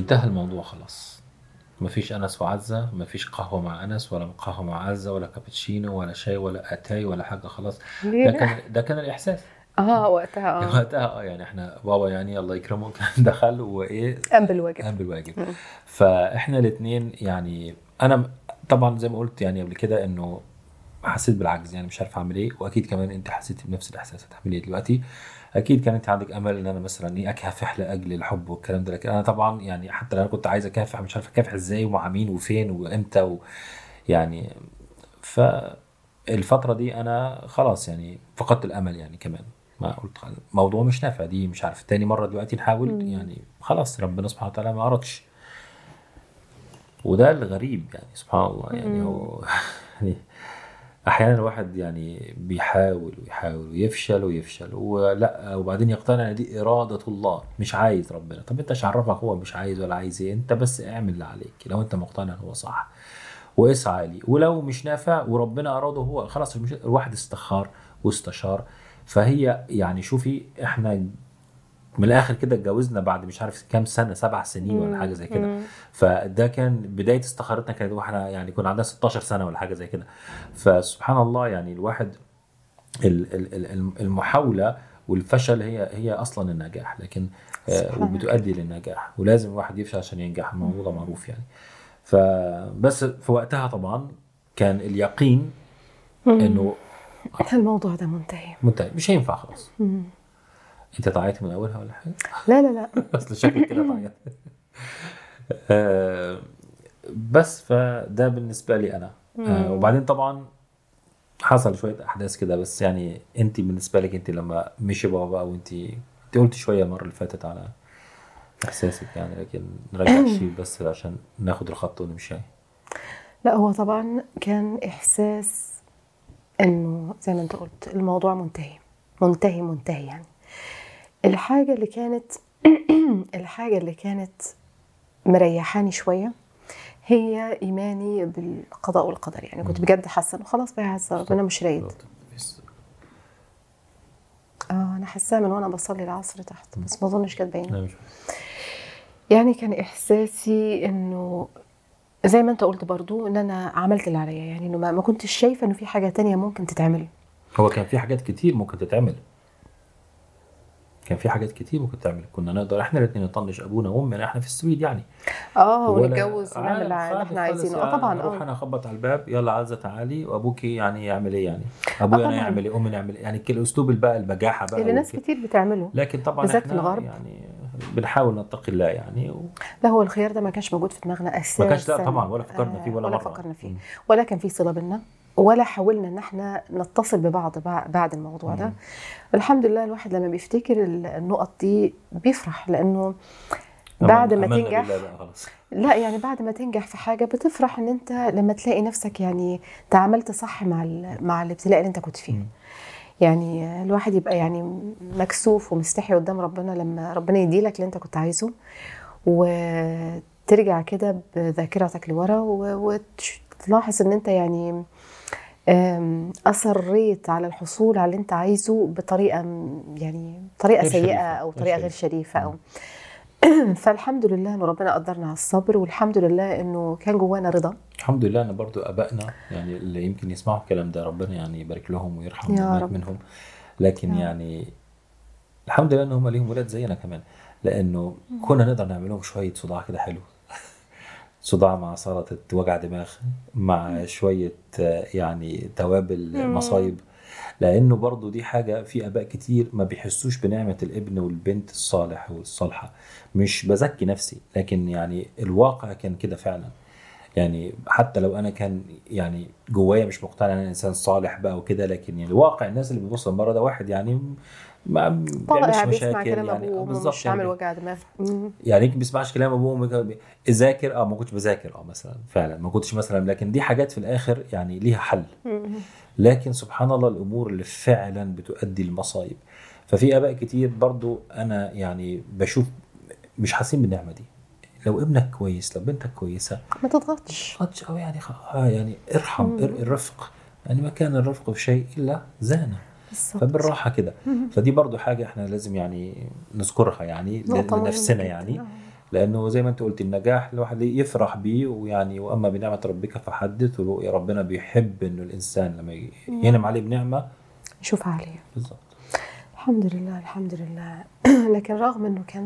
وانتهى الموضوع خلاص. مفيش أنس وعزة، مفيش قهوة مع أنس ولا قهوة مع عزة ولا كابتشينو ولا شاي ولا أتاي ولا حاجة خلاص. ليه ده لا؟ كان ده كان الإحساس وقتها وقتها. يعني احنا بابا يعني الله يكرمه كان دخل وايه، قام بالواجب. قام بالواجب. مم. فاحنا الاثنين يعني انا طبعا زي ما قلت يعني قبل كده انه حسيت بالعجز، يعني مش عارف اعمل ايه. واكيد كمان انت حسيتي بنفس الاحساس، هتعملي ايه دلوقتي؟ اكيد كان انت عندك امل ان انا مثلا ايه اكافح لاجل الحب والكلام ده، لكن انا طبعا يعني حتى لو انا كنت عايز اكافح مش عارف اكافح ازاي ومع مين وفين وامتى يعني. فالفترة دي انا خلاص يعني فقدت الامل يعني كمان. ما قلت الموضوع مش نافع، دي مش عارف تاني مرة دلوقتي نحاول مم. يعني خلاص ربنا سبحانه وتعالى ما أردش. وده الغريب يعني سبحان الله يعني مم. هو يعني احيانا الواحد يعني بيحاول ويحاول ويفشل ويفشل ولا، وبعدين يقتنع ان دي اراده الله مش عايز ربنا. طب انت ايش عرفك هو مش عايز ولا عايز ايه؟ انت بس اعمل اللي عليك لو انت مقتنع ان هو صح، واسعى لي. ولو مش نافع وربنا اراده هو خلاص، مش الواحد استخار واستشار. فهي يعني شوفي احنا من الاخر كده اتجوزنا بعد مش عارف كام سنه، 7 سنين ولا حاجه مم. زي كده. مم. فده كان بدايه استخارتنا، كانت واحنا يعني كنا عندنا 16 سنه ولا حاجه زي كده. فسبحان الله يعني الواحد المحاوله والفشل هي اصلا النجاح، لكن سبحانك يا وبتؤدي رب. للنجاح، ولازم الواحد يفشل عشان ينجح، الموضوع ده مم. معروف يعني. فبس في وقتها طبعا كان اليقين مم. انه الموضوع ده منتهي. منتهي مش هينفع خلاص. مم. انت تعيت من اولها ولا حاجه؟ لا لا لا. اصل شكلك كده تعيط. آه، بس فده بالنسبة لي أنا. مم. وبعدين طبعا حصل شوية أحداث كده، بس يعني أنت بالنسبة لك أنت لما مشي بابا بقى، أنت قلت شوية المرة اللي فاتت على إحساسك يعني، لكن نرجع الشيء بس عشان ناخد الخط ونمشي. لا، هو طبعا كان إحساس إنه زي ما أنت قلت الموضوع منتهي منتهي منتهي يعني. الحاجة اللي كانت الحاجة اللي كانت مريحاني شوية هي إيماني بالقضاء والقدر. يعني كنت بجد حاسة إنه خلاص بقى عز ربنا مش رايد. أنا حاساها من وأنا بصلي العصر تحت، بس ما أظنش كانت باينة. لا مش يعني كان إحساسي إنه زي ما أنت قلت برضو إن أنا عملت اللي عليا، يعني إنه ما كنتش شايفة إنه في حاجة تانية ممكن تتعمل. هو كان في حاجات كتير ممكن تتعمل، كان في حاجات كتير ممكن تعمل. كنا نقدر احنا الاثنين نطنش ابونا وامنا، احنا في السويد يعني، ونتجوز ولا ونعمل اللي خالص احنا خالص. عايزينه. يعني طبعا. اروح انا اخبط على الباب، يلا عزة تعالي، وابوكي يعني يعمل ايه يعني؟ اه ابويا انا طبعا، يعمل ايه؟ امي نعمل ايه؟ يعني كل اسلوب بقى البجاحه اللي بقى ناس كتير بتعمله لكن طبعا بالذات في احنا الغرب. يعني بنحاول نتقي الله يعني لا، هو الخيار ده ما كانش موجود في دماغنا ما كانش، لا اساسا. طبعا ولا فكرنا فيه ولا ولا مره. فكرنا فيه، ولا كان في صله بينا، ولا حاولنا ان احنا نتصل ببعض بعد الموضوع ده. الحمد لله الواحد لما بيفتكر النقط دي بيفرح، لانه بعد ما امنا بالله تنجح. بقى خلاص. لا يعني بعد ما تنجح في حاجه بتفرح ان انت لما تلاقي نفسك يعني تعاملت صح مع الابتلاء اللي انت كنت فيه. يعني الواحد يبقى يعني مكسوف ومستحي قدام ربنا لما ربنا يديلك اللي انت كنت عايزه، وترجع كده بذاكرتك لورا وتلاحظ ان انت يعني أصريت على الحصول على اللي انت عايزه بطريقة يعني طريقة غير سيئة شريفه، او غير طريقة غير شريفه. شريفة او فالحمد لله انه ربنا قدرنا على الصبر، والحمد لله انه كان جوانا رضا. الحمد لله ان برضو ابائنا يعني اللي يمكن يسمعوا الكلام ده ربنا يعني يبارك لهم ويرحم من يا مات رب. منهم. لكن يا رب. يعني الحمد لله ان هم ليهم ولاد زينا كمان، لانه كنا نقدر نعمل لهم شويه صداع كده حلو. صداع مع سلطه وجع دماغ، مع شويه يعني توابل مم. مصايب. لانه برضو دي حاجه في اباء كتير ما بيحسوش بنعمه الابن والبنت الصالح والصالحه. مش بزكي نفسي، لكن يعني الواقع كان كده فعلا. يعني حتى لو انا كان يعني جوايا مش مقتنع ان انا انسان صالح بقى وكده، لكن يعني الواقع الناس اللي بيبص من بره ده واحد يعني ما طائع بيعملش بيسمع مشاكل كلام يعني ابوه وامه بالظبط مش يعني عامل وجع دماغ. يعني يمكن بيسمعش كلام ابوه وامه ذاكر ما كنتش بذاكر مثلا فعلا ما كنتش مثلا، لكن دي حاجات في الاخر يعني ليها حل. مم. لكن سبحان الله الامور اللي فعلا بتؤدي المصايب. ففي اباء كتير برضو انا يعني بشوف مش حاسين بالنعمه دي. لو ابنك كويس، لو بنتك كويسه، ما ما تضغطش. تضغطش قوي يعني يعني ارحم مم. الرفق. يعني ما كان الرفق في شيء الا زانه. بالظبط. فبالراحه كده. مم. فدي برضو حاجه احنا لازم يعني نذكرها يعني نقطة مهمة لنفسنا جدا. يعني. لانه زي ما انت قلت النجاح الواحد يفرح بيه، ويعني واما بنعمه ربك فحدث، ربنا بيحب انه الانسان لما ينعم عليه بنعمه شوفها عليه. بالضبط. الحمد لله الحمد لله. لكن رغم انه كان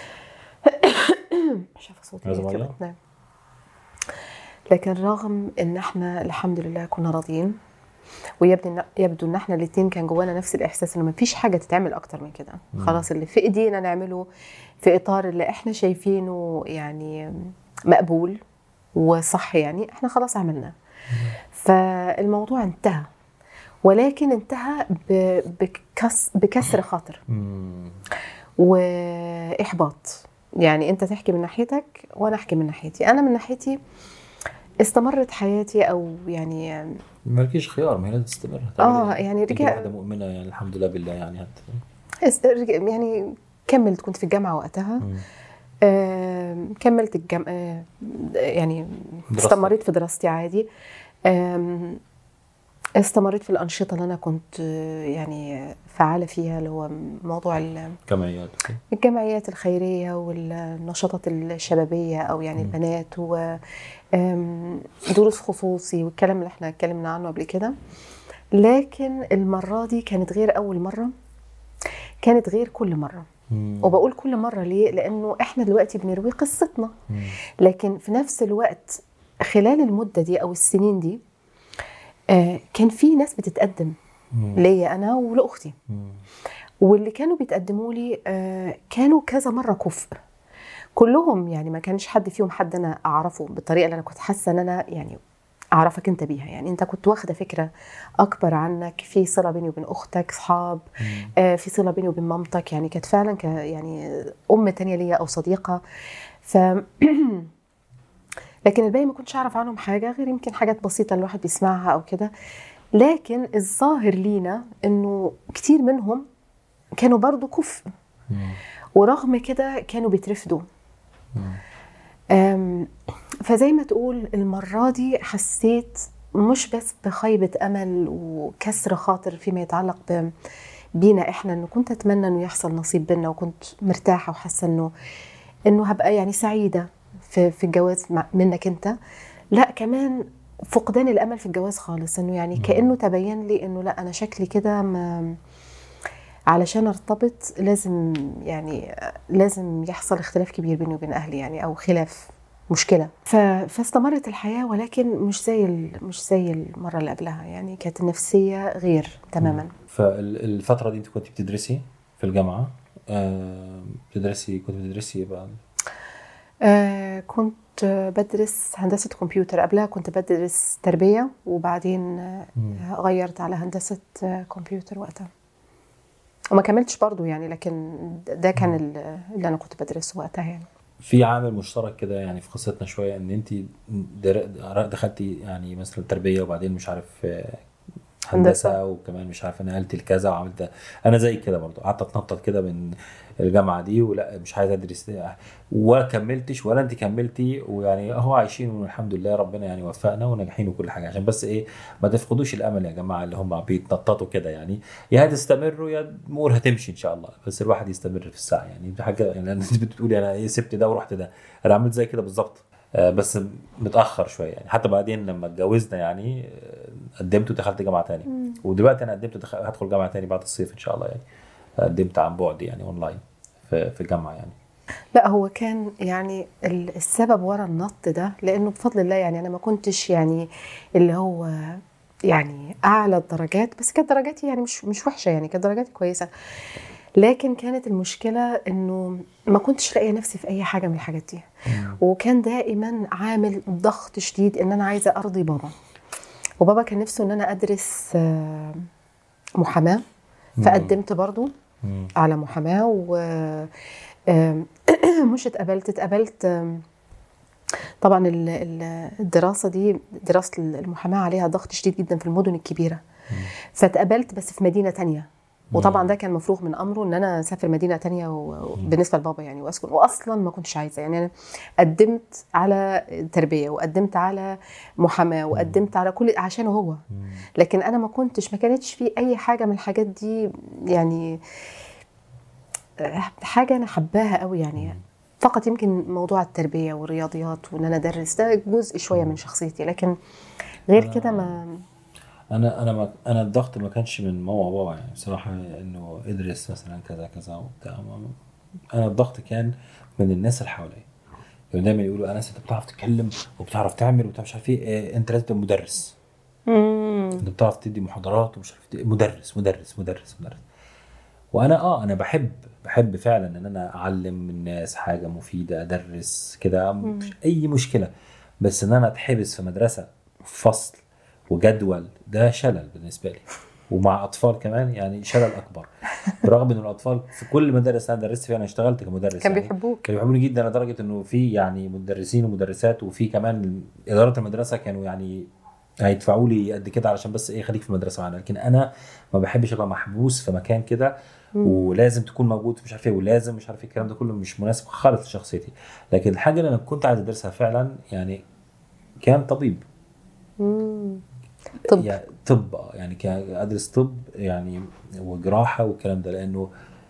شايفه صوتي كده بتنام، لكن رغم ان احنا الحمد لله كنا راضيين، يبدو ان احنا الاثنين كان جوانا نفس الاحساس انه مفيش حاجه تتعمل اكتر من كده. خلاص اللي في ايدينا نعمله في اطار اللي احنا شايفينه يعني مقبول وصح، يعني احنا خلاص عملناه. فالموضوع انتهى، ولكن انتهى بكسر خاطر واحباط. يعني انت تحكي من ناحيتك وانا احكي من ناحيتي. انا من ناحيتي استمرت حياتي، او يعني مالكيش خيار، ما هي لازم تستمر. يعني رجع واحدة مؤمنة يعني الحمد لله بالله يعني يعني كملت، كنت في الجامعة وقتها. كملت الجامعة، يعني استمريت في دراستي عادي. استمريت في الأنشطة اللي أنا كنت يعني فعالة فيها، اللي هو موضوع الجمعيات الخيرية والنشاطات الشبابية، أو يعني البنات، ودروس خصوصي والكلام اللي احنا اتكلمنا عنه قبل كده. لكن المرة دي كانت غير أول مرة، كانت غير كل مرة. وبقول كل مرة ليه؟ لأنه احنا دلوقتي بنروي قصتنا، لكن في نفس الوقت خلال المدة دي أو السنين دي كان في ناس بتتقدم ليا أنا ولأختي، واللي كانوا بيتقدموا لي كانوا كذا مرة كفء كلهم. يعني ما كانش حد فيهم حد أنا أعرفه بالطريقة اللي أنا كنت حاسة أن أنا يعني أعرفك أنت بيها. يعني أنت كنت واخدة فكرة أكبر عنك، في صلة بيني وبين أختك، صحاب، في صلة بيني وبين مامتك، يعني كانت فعلا يعني أم تانية ليا أو صديقة. لكن الباقي ما كنتش أعرف عنهم حاجة غير يمكن حاجات بسيطة الواحد بيسمعها أو كده. لكن الظاهر لينا إنه كتير منهم كانوا برضو كفء، ورغم كده كانوا بيترفضوا. فزي ما تقول المرة دي حسيت مش بس بخيبة أمل وكسر خاطر فيما يتعلق بينا إحنا، إنه كنت أتمنى إنه يحصل نصيب بينا، وكنت مرتاحة وحاسة إنه هبقى يعني سعيدة في الجواز منك أنت. لا، كمان فقدان الأمل في الجواز خالص، إنه يعني كأنه تبين لي إنه لا، أنا شكلي كده علشان ارتبط لازم يحصل اختلاف كبير بيني وبين أهلي، يعني أو خلاف، مشكلة. فاستمرت الحياة، ولكن مش زي المرة اللي قبلها. يعني كانت النفسية غير تماما. فالفترة دي انت كنت بتدرسي في الجامعة؟ كنت بتدرسي بقى؟ كنت بدرس هندسة كمبيوتر. قبلها كنت بدرس تربية، وبعدين غيرت على هندسة كمبيوتر وقتها، وما كملتش برضو يعني. لكن ده كان اللي أنا كنت بدرسه وقتها. يعني في عامل مشترك كده يعني في قصتنا شوية، ان انت دخلتي يعني مثلا تربية، وبعدين مش عارف هندسة، وكمان مش عارف انا قلت الكذا وعملت. انا زي كده برضو قعدت اتنطط كده من الجامعة دي، ولا مش عايز ادرس وكملتش، ولا انت كملتي. ويعني اهو عايشين والحمد لله، ربنا يعني وفقنا وناجحين وكل حاجة. عشان بس ايه، ما تفقدوش الامل يا جماعة اللي هم بيتنططوا كده. يعني يا هتستمروا يا الامور هتمشي ان شاء الله، بس الواحد يستمر في السعي. يعني دي حاجة، يعني انت بتقولي انا ايه سبت ده ورحت ده، انا عملت زي كده بالظبط، بس متاخر شويه. يعني حتى بعدين لما اتجوزنا يعني قدمت ودخلت جامعه تاني. ودلوقتي انا قدمت هدخل جامعه تاني بعد الصيف ان شاء الله. يعني قدمت عن بعد يعني اونلاين في الجامعه يعني. لا، هو كان يعني السبب ورا النط ده، لانه بفضل الله يعني انا ما كنتش يعني اللي هو يعني اعلى الدرجات، بس كانت درجاتي يعني مش وحشه، يعني كانت درجاتي كويسه. لكن كانت المشكله انه ما كنتش لاقيه نفسي في اي حاجه من الحاجات دي. وكان دائما عامل ضغط شديد ان انا عايزه ارضي بابا، وبابا كان نفسه ان انا ادرس محاماه. فقدمت برضو على محاماه، و مش اتقبلت. طبعا الدراسه دي، دراسه المحاماه، عليها ضغط شديد جدا في المدن الكبيره. فاتقبلت بس في مدينه تانية، وطبعا ده كان مفروغ من امره ان انا اسافر مدينه تانية بالنسبه لبابا يعني واسكن. واصلا ما كنتش عايزه. يعني انا قدمت على تربيه، وقدمت على محاماه، وقدمت على كل عشانه هو. لكن انا ما كانتش في اي حاجه من الحاجات دي يعني حاجه انا حباها قوي يعني. فقط يمكن موضوع التربية والرياضيات وان انا ادرس ده جزء شوية من شخصيتي، لكن غير كده ما. انا الضغط ما كانش من ماما وبابا يعني بصراحه، انه ادرس مثلا كذا كذا وبتاع. انا الضغط كان من الناس اللي حواليا. يعني دايما يقولوا انس انت بتعرف تتكلم وبتعرف تعمل وبتاع مش عارف ايه، انت لازم تبقى مدرس. انت بتعرف تدي محاضرات ومش عارف مدرس مدرس مدرس مدرس. وانا انا بحب فعلا ان انا اعلم الناس حاجه مفيده، ادرس كده مفيش اي مشكله. بس ان انا اتحبس في مدرسه في فصل وجدول، ده شلل بالنسبه لي. ومع اطفال كمان يعني شلل اكبر. برغم ان الاطفال في كل مدارس انا درست فيها، انا اشتغلت كمدرس كان يعني بيحبوك. كانوا بيحبوني جدا لدرجه انه في يعني مدرسين ومدرسات، وفي كمان اداره المدرسه كانوا يعني هيدفعوا لي قد كده علشان بس ايه خليك في المدرسه معانا. لكن انا ما بحبش ابقى محبوس في مكان كده ولازم تكون موجود مش عارف ايه ولازم مش عارف ايه، الكلام ده كله مش مناسب خالص لشخصيتي. لكن الحاجه اللي انا كنت عايز ادرسها فعلا يعني كان طبيب. طب يعني طب يعني كان ادرس طب يعني وجراحه والكلام ده، لانه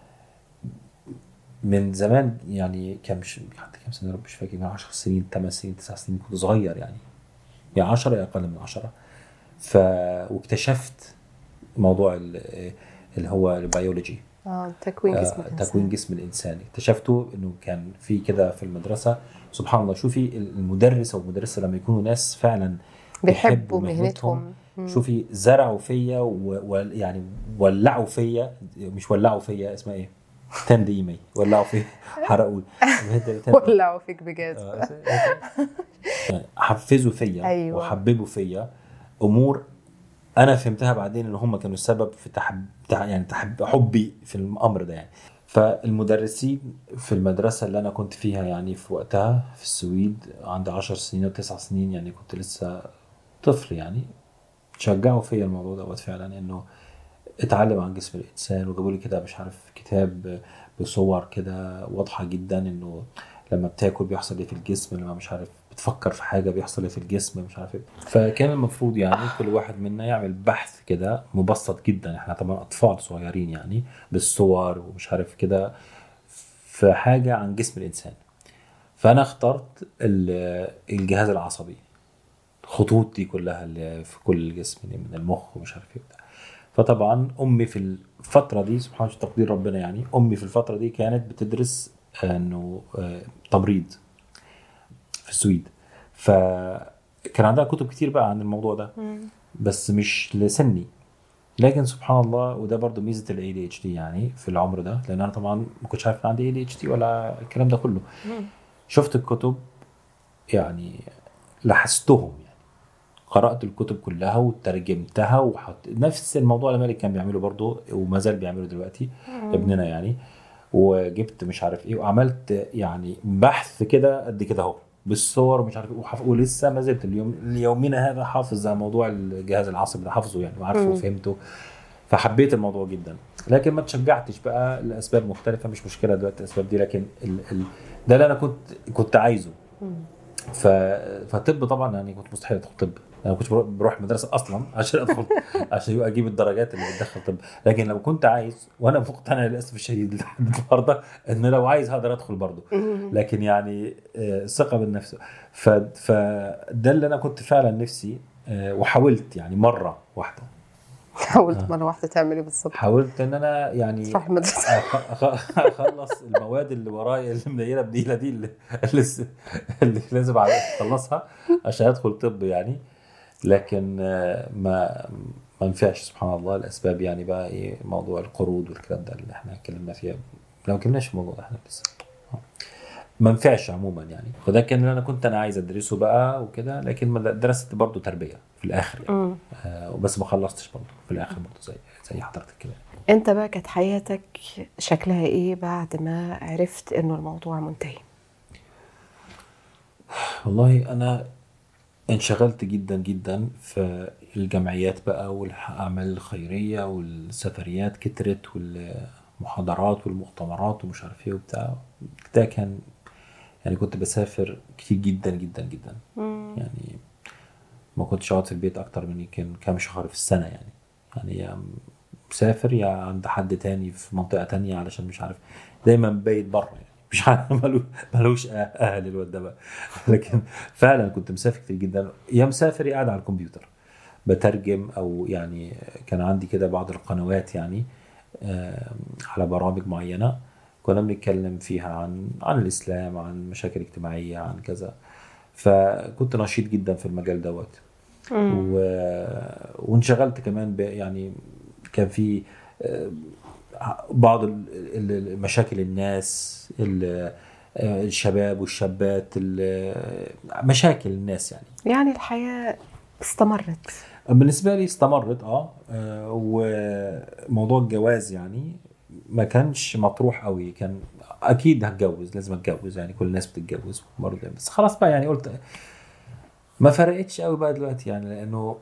من زمان يعني كان مش حتى كام سنه مش فاكر، 10 سنين 8 سنين 9 سنين كنت صغير يعني، يا 10 يا اقل من 10. ف واكتشفت موضوع اللي هو البيولوجي، تكوين جسم تكوين الانسان. جسم الانسان. اكتشفته انه كان في كده في المدرسه. سبحان الله، شوفي المدرس او المدرسه لما يكونوا ناس فعلا بيحبوا بيحبوا مهنتهم، مهنتهم. شوفي زرعوا فيا ويعني ولعوا فيا، مش ولعوا فيا اسمها ايه، تنديمي ولعوا فيا حرقوا ولعوا فيك بجد. حفزوا فيا ايوه. وحببوا فيا امور انا فهمتها بعدين ان هم كانوا السبب في يعني حبي في الامر ده يعني. فالمدرسين في المدرسة اللي أنا كنت فيها يعني في وقتها في السويد عندي 10 سنين و9 سنين، يعني كنت لسه طفل يعني، شجعوا فيا الموضوع دوت فعلا، إنه اتعلم عن جسم الإنسان. وجابوا لي كده مش عارف كتاب بصور كده واضحة جدا، إنه لما بتاكل بيحصل ايه في الجسم، لما مش عارف بتفكر في حاجة بيحصل ايه في الجسم مش عارف ايه. فكان المفروض يعني كل واحد منا يعمل بحث كده مبسط جدا، احنا طبعا أطفال صغيرين يعني، بالصور ومش عارف كده، في حاجة عن جسم الإنسان. فأنا اخترت الجهاز العصبي، الخطوط دي كلها اللي في كل الجسم دي من المخ ومش عارف ايه بتاع. فطبعا أمي في الفترة دي سبحان الله تقدير ربنا يعني، أمي في الفترة دي كانت بتدرس إنه تمريض في السويد. فكان عندها كتب كتير بقى عن الموضوع ده، بس مش لسني. لكن سبحان الله، وده برضو ميزة ال ADHD يعني في العمر ده، لأن أنا طبعا ما كنتش عارف إن عندي ADHD ولا الكلام ده كله. شفت الكتب يعني لحستهم يعني، قرأت الكتب كلها وترجمتها وحط نفس الموضوع اللي مالك كان بيعمله برضو وما زال بيعمله دلوقتي ابننا يعني. وجبت مش عارف ايه وعملت يعني بحث كده قد كده اهو بالصور ومش عارف ايه ولسه ما زلت اليومين هذا حافظ على موضوع الجهاز العصبي ده، حافظه يعني وعارفه وفهمته. فحبيت الموضوع جدا، لكن ما تشجعتش بقى لاسباب مختلفه، مش مشكله دلوقتي الاسباب دي. لكن ده اللي انا كنت عايزه. فطب طبعا يعني كنت مستحيل ادخل طب، انا كنت بروح المدرسه اصلا عشان ادخل عشان اجيب الدرجات اللي بتدخل طب. لكن لو كنت عايز، وانا مقتنع للاسف الشديد لحد النهارده ان لو عايز هقدر ادخل برضه، لكن يعني ثقه بالنفس. فده اللي انا كنت فعلا نفسي، وحاولت يعني مره واحده. حاولت مرة واحدة تعمل ايه بالظبط؟ حاولت ان انا يعني تروح المدرسة. اخلص المواد اللي ورايا اللي منيله بديله دي اللي لازم اخلصها عشان ادخل طب يعني. لكن ما نفعش سبحان الله الاسباب يعني بقى ايه، موضوع القروض والكلام ده اللي احنا اتكلمنا فيها، لو ما اتكلمناش في الموضوع ده احنا لسه ما نفعش عموما يعني. فده كان اللي انا عايز ادرسه بقى وكده، لكن ما درست برضو تربيه في الاخر يعني. وبس ما خلصتش برضو في الاخر برضو زي حضرتك كده. انت بقى كانت حياتك شكلها ايه بعد ما عرفت انه الموضوع منتهي؟ والله انا انشغلت جدا جدا في الجمعيات بقى والاعمال الخيريه والسفريات كترت والمحاضرات والمؤتمرات ومش عارف ايه وبتاع. ده كان يعني كنت بسافر كتير جدا جدا جدا يعني، ما كنتش اقعد في البيت اكتر من يمكن كام شهر في السنه يعني يا مسافر يا عند حد تاني في منطقه تانية علشان مش عارف، دايما بايت بره يعني مش عارف ملوش اهل الواد ده بقى. لكن فعلا كنت مسافر كتير جدا، يا مسافر قاعد على الكمبيوتر بترجم، او يعني كان عندي كده بعض القنوات يعني على برامج معينة كنا بنتكلم فيها عن الإسلام، عن مشاكل اجتماعية، عن كذا. فكنت نشيط جدا في المجال دوت. و... وانشغلت كمان يعني كان في آه، بعض مشاكل الناس، الشباب والشابات، مشاكل الناس يعني. يعني الحياة استمرت. بالنسبة لي استمرت وموضوع الجواز يعني ما كانش مطروح قوي. كان اكيد هتجوز، لازم اتجوز يعني، كل الناس بتتجوز برضه، بس خلاص بقى يعني قلت ما فرقتش قوي بقى دلوقتي يعني، لانه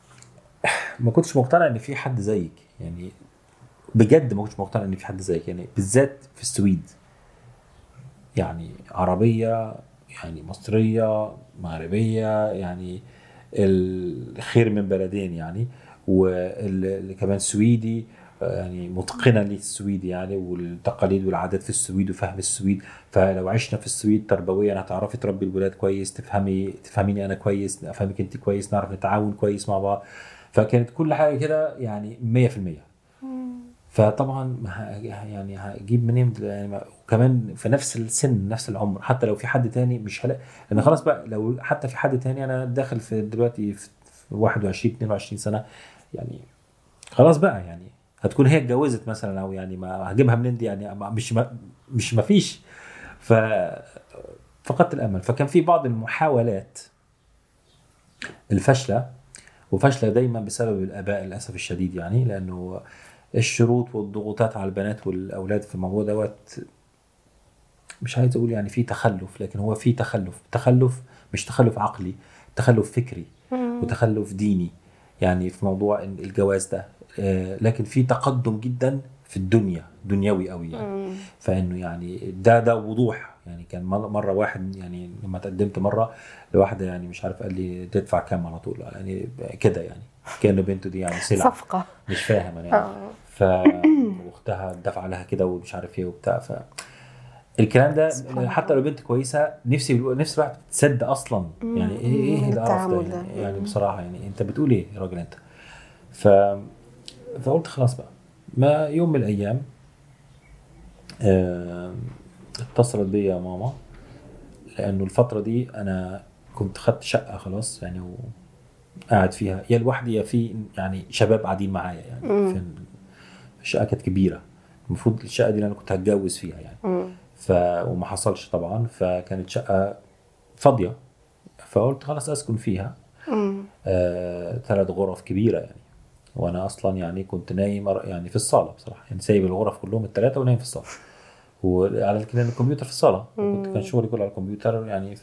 ما كنتش مقتنع ان في حد زيك يعني. بجد ما كنتش مقتنع ان في حد زيك يعني، بالذات في السويد. يعني عربية، يعني مصرية مغربية، يعني الخير من بلدين يعني. واللي كمان سويدي، يعني متقنة للسويدي يعني، والتقاليد والعادات في السويد وفهم السويد. فلو عشنا في السويد تربويا هتعرفي تربي الولاد كويس، تفهميني انا كويس، افهمك انت كويس، نعرف نتعاون كويس مع بعض. فكانت كل حاجة كده يعني 100%. فطبعا يعني هجيب منين يعني، وكمان في نفس السن نفس العمر. حتى لو في حد تاني مش هلاقي، لان خلاص بقى لو حتى في حد تاني انا داخل في دلوقتي في 21 22 سنة يعني، خلاص بقى يعني هتكون هي اتجوزت مثلا، او يعني ما هجيبها منين دي يعني، مش ما فيش. ف فقدت الامل. فكان في بعض المحاولات الفاشله، وفاشله دايما بسبب الاباء للاسف الشديد يعني، لانه الشروط والضغوطات على البنات والاولاد في الموضوع دوت. مش عايز اقول يعني في تخلف، لكن هو في تخلف مش تخلف عقلي، تخلف فكري وتخلف ديني يعني في موضوع الجواز ده. لكن في تقدم جدا في الدنيا، دنيوي قوي يعني. فانه يعني ده وضوح يعني. كان مره واحد يعني لما تقدمت مره لواحده يعني مش عارف، قال لي تدفع كام على طول يعني كده يعني، كأنه بنته دي يعني سلعه صفقة. مش فاهم انا يعني. ف واختها دفع لها كده ومش عارف ايه وبتاع. الكلام ده حتى لو بنت كويسه، نفسي الواحد تصدق اصلا يعني. ايه القرف ده يعني؟ يعني بصراحه يعني انت بتقول ايه يا راجل انت؟ ف فقلت خلاص بقى. ما يوم من الايام اتصلت بيا ماما، لانه الفتره دي انا كنت خدت شقه خلاص يعني، وقاعد فيها يا لوحدي يا في يعني شباب قاعدين معايا يعني. في الشقه كانت كبيره، المفروض الشقه دي اللي انا كنت هتجوز فيها يعني. وما حصلش طبعا، فكانت شقه فاضيه. فقلت خلاص اسكن فيها. 3 غرف كبيره يعني. وانا اصلا يعني كنت نايم يعني في الصاله بصراحه يعني، سايب الغرف كلهم ال3 ونايم في الصاله، وعلى كده الكمبيوتر في الصاله، وكنت كان شغلي كله على الكمبيوتر يعني.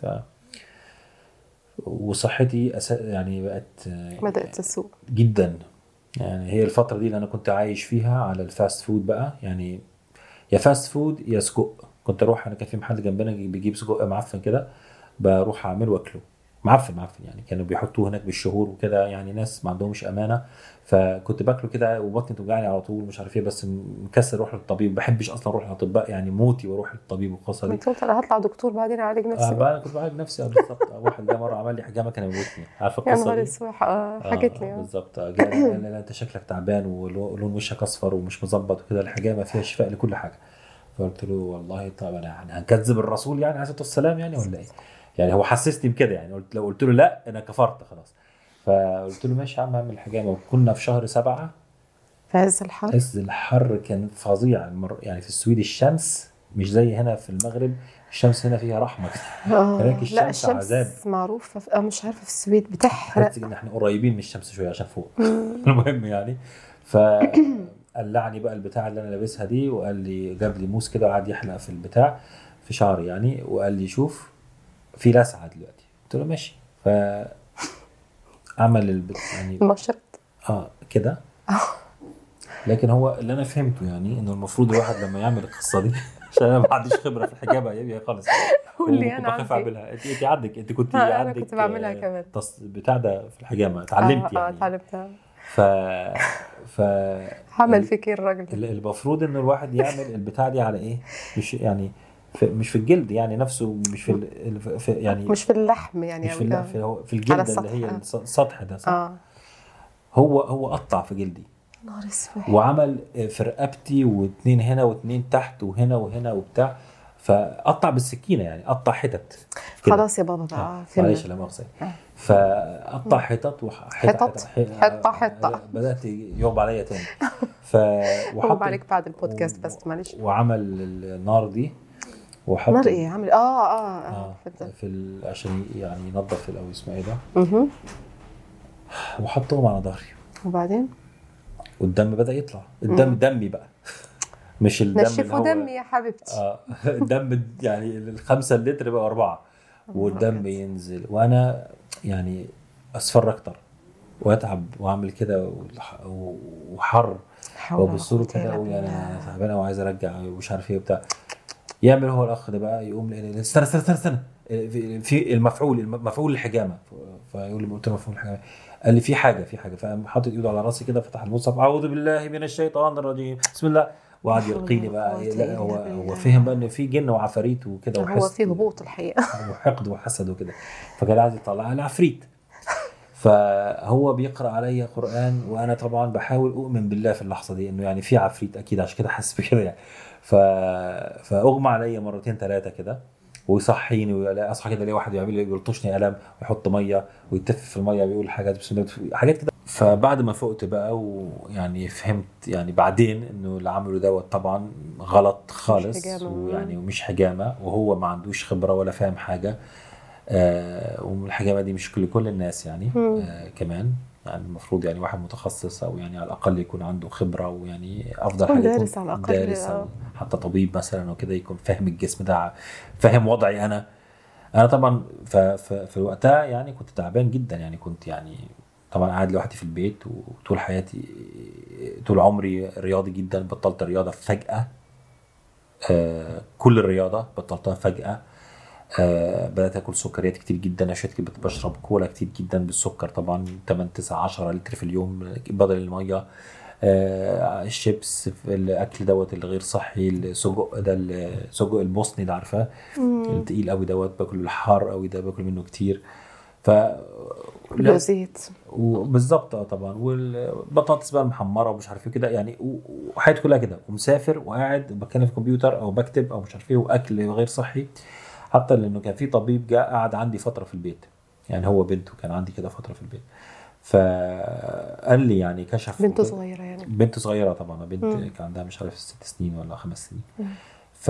وصحتي يعني بقت بدأت تسوء جدا يعني. هي الفتره دي اللي انا كنت عايش فيها على الفاست فود بقى يعني، يا فاست فود يا سجق. كنت اروح، انا كان في محل جنبنا بيجيب سجق معفن كده، بروح اعمله واكله معفن يعني. كانوا بيحطوه هناك بالشهور وكده يعني، ناس ما عندهمش امانه. فكنت باكله كده وبطني توجعني على طول مش عارف ايه، بس مكسر اروح للطبيب. ما بحبش اصلا اروح للاطباء يعني، موتي واروح للطبيب والقصه دي. كنت قلت انا هطلع دكتور بعدين اعالج نفسي بقى. بقى انا كنت بعالج نفسي بالظبط. واحد جه مره عمل لي حجامه كان يموتني، عارف يا القصه نهار دي؟ اسود. حكيت لي بالظبط. جاء قال لي لا انت شكلك تعبان ولون وشك اصفر ومش مظبط وكده، الحجامه فيها شفاء لكل حاجه. فقلت له والله طب انا يعني هنكذب الرسول يعني عليه الصلاه والسلام يعني ولا ايه؟ يعني هو حسسني بكده يعني. لو قلت له لا انا كفرت خلاص. فقلت له ماشي يا عم اعمل الحجامه. وكنا في شهر 7، في عز الحر. عز الحر كان فظيع. يعني في السويد الشمس مش زي هنا في المغرب، الشمس هنا فيها رحمه. هناك لا الشمس عذاب. الشمس معروفة مش عارفة في السويد بتحرق. تحس ان احنا قريبين من الشمس شويه عشان فوق. المهم يعني. ف قلعني بقى البتاع اللي انا لابسها دي، وقال لي جاب لي موس كده وقعد يحلق في البتاع في شعري يعني، وقال لي شوف في لسعه دلوقتي. قلت له ماشي. فعمل يعني المشرط. كده. لكن هو اللي انا فهمته يعني انه المفروض الواحد لما يعمل القصه دي عشان انا ما عنديش خبره في الحجابه يا خالص. قول لي انا بخاف عندي. اعملها. انت عندك، انت كنت انا عندك كنت بعملها كمان. بتاع ده في الحجامه اتعلمت يعني. اتعلمتها. ف ف عمل فيك ايه الراجل ده؟ المفروض ان الواحد يعمل البتاع دي على ايه؟ مش يعني مش في الجلد يعني نفسه، مش في يعني مش في اللحم يعني، مش في اللحم، هو في الجلد اللي هي السطح ده صح. هو قطع في جلدي، نهار اسود، وعمل في رقبتي واتنين هنا واتنين تحت وهنا وهنا وبتاع، فقطع بالسكينه يعني قطع حتت كده. خلاص يا بابا بقى معلش لا مؤاخذه. فقطع حتت حتة بدات يغضب عليا تاني. وحط عليك بعد البودكاست بس معلش. وعمل النار دي وحط نار ايه عامل عشان يعني ينظف او اسمه ايه ده، وحطهم على ظهري. وبعدين والدم بدأ يطلع، الدم دمي بقى مش الدم نشفوا دمي يا حبيبتي. الدم يعني 5 لتر بقى 4، والدم ينزل وانا يعني اصفر اكتر واتعب واعمل كده وحر وبصوره كده يعني انا تعبان وعايز ارجع ومش عارف ايه بتاع. يعمل هو الاخ ده بقى يقوم استنى في مفعول الحجامه. فيقول لي قلت له مفعول الحجامه، قال لي في حاجه فقام حاطط ايده على راسي كده، فتح المصحف اعوذ بالله من الشيطان الرجيم بسم الله، وقعد يلقيني بقى. لا هو فهم بقى ان في جن وعفاريت وكده، هو في هبوط الحقيقه وحقد وحسد وكده، فكان عايز يطلع على عفريت. فهو بيقرأ علي قرآن وانا طبعا بحاول اؤمن بالله في اللحظه دي انه يعني في عفريت اكيد، عشان كده حاسس بكده يعني. فاغمى عليا 2 3 كده ويصحيني، ولا اصحى كده الاقي واحد يعمل لي يلطشني قلم ويحط ميه ويتف في الميه ويقول حاجات بسم الله حاجات كده. فبعد ما فقت بقى ويعني فهمت يعني بعدين انه اللي عمله دوت طبعا غلط خالص، ويعني ومش حجامه، وهو ما عندوش خبره ولا فاهم حاجه. والحجامه دي مش كل الناس يعني. كمان يعني المفروض يعني واحد متخصص او يعني على الاقل يكون عنده خبره، ويعني افضل حاجه دارس على الاقل، دارس أو حتى طبيب مثلا او كده يكون فاهم الجسم ده، فاهم وضعي انا طبعا في وقتها يعني كنت تعبان جدا يعني. كنت يعني طبعا قاعد لوحدي في البيت، وطول حياتي طول عمري رياضي جدا، بطلت الرياضه فجاه. كل الرياضه بطلتها فجاه. بدأت أكل سكريات كتير جدا، بشرب كولا كتير جدا بالسكر طبعا 8 9 10 لتر في اليوم بدل المية. الشيبس، الأكل دوت اللي غير صحي، السجق ده السجق البوسني ده عارفاه التقيل قوي دوت، باكل الحار قوي ده باكل منه كتير. زيت وبالظبط طبعا، والبطاطس بقى المحمره ومش عارف ايه كده يعني، وحياتي كلها كده، ومسافر وقاعد بتكلم في الكمبيوتر او بكتب او مش عارف ايه، واكل غير صحي. حتى لانه كان في طبيب جاء قعد عندي فتره في البيت يعني، هو بنته كان عندي كده فتره في البيت، فقال لي يعني كشف بنته صغيره يعني، بنت صغيره طبعا، بنت كان عندها مش عارف 6 سنين ولا 5 سنين. ف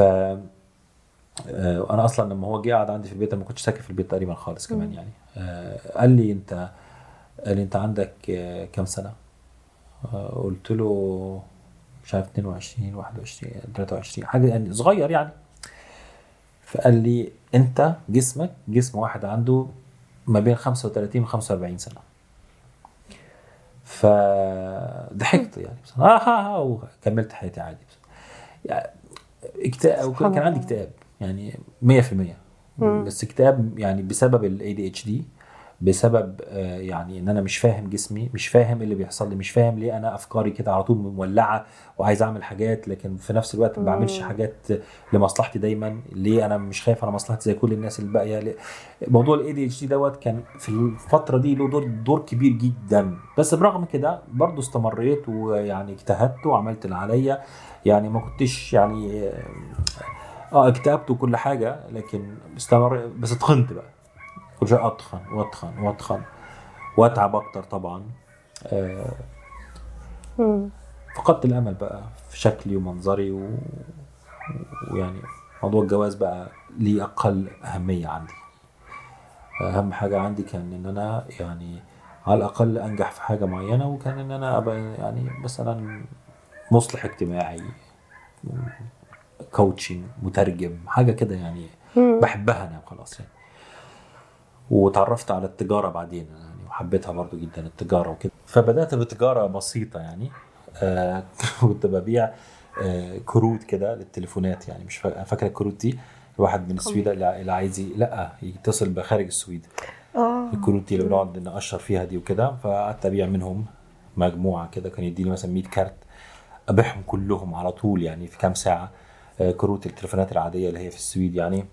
انا اصلا لما هو جه قعد عندي في البيت ما كنتش ساكن في البيت تقريبا خالص كمان يعني. قال لي انت عندك كم سنه؟ قلت له مش عارف 22 21 23 حاجه يعني صغير يعني. فقال لي انت جسمك جسم واحد عنده ما بين 35 و 45 سنه. فضحكت يعني بصراحه وكملت حياتي عادي. يعني اكتئاب، كان عندي اكتئاب يعني 100%. بس اكتئاب يعني بسبب ال ADHD، بسبب يعني ان انا مش فاهم جسمي، مش فاهم اللي بيحصل لي، مش فاهم ليه انا افكاري كده على طول مولعه وعايز اعمل حاجات، لكن في نفس الوقت ما بعملش حاجات لمصلحتي دايما. ليه انا مش خايف على مصلحتي زي كل الناس الباقيه؟ موضوع ال ADHD دوت كان في الفتره دي له دور كبير جدا. بس برغم كده برضو استمريت ويعني اجتهدت وعملت اللي عليا يعني. ما كنتش يعني اكتئبت وكل حاجه، لكن استمر، بس اتخنت بقى، وجاء أتخن وأتعب أكتر طبعا. فقدت الأمل بقى في شكلي ومنظري ويعني موضوع الجواز بقى لي أقل أهمية عندي. أهم حاجة عندي كان إن أنا يعني على الأقل أنجح في حاجة معينة، وكان إن أنا أبقى يعني مثلا مصلح اجتماعي، كوتشنج، مترجم، حاجة كده يعني بحبها أنا خلاص يعني. وتعرفت على التجارة بعدين يعني، وحبيتها برضو جدا التجارة وكده. فبدأت بتجارة بسيطة يعني. كنت ببيع كروت كده للتليفونات يعني. مش فاكرة الكروت دي، الواحد من السويد اللي عايز يتصل بخارج السويد. الكروت دي اللي بنقعد نقشر فيها دي وكده. فقعدت أبيع منهم مجموعة كده، كان يديني مثلا 100 كارت أبيعهم كلهم على طول يعني في كام ساعة. كروت التليفونات العاديه اللي هي في السويد يعني.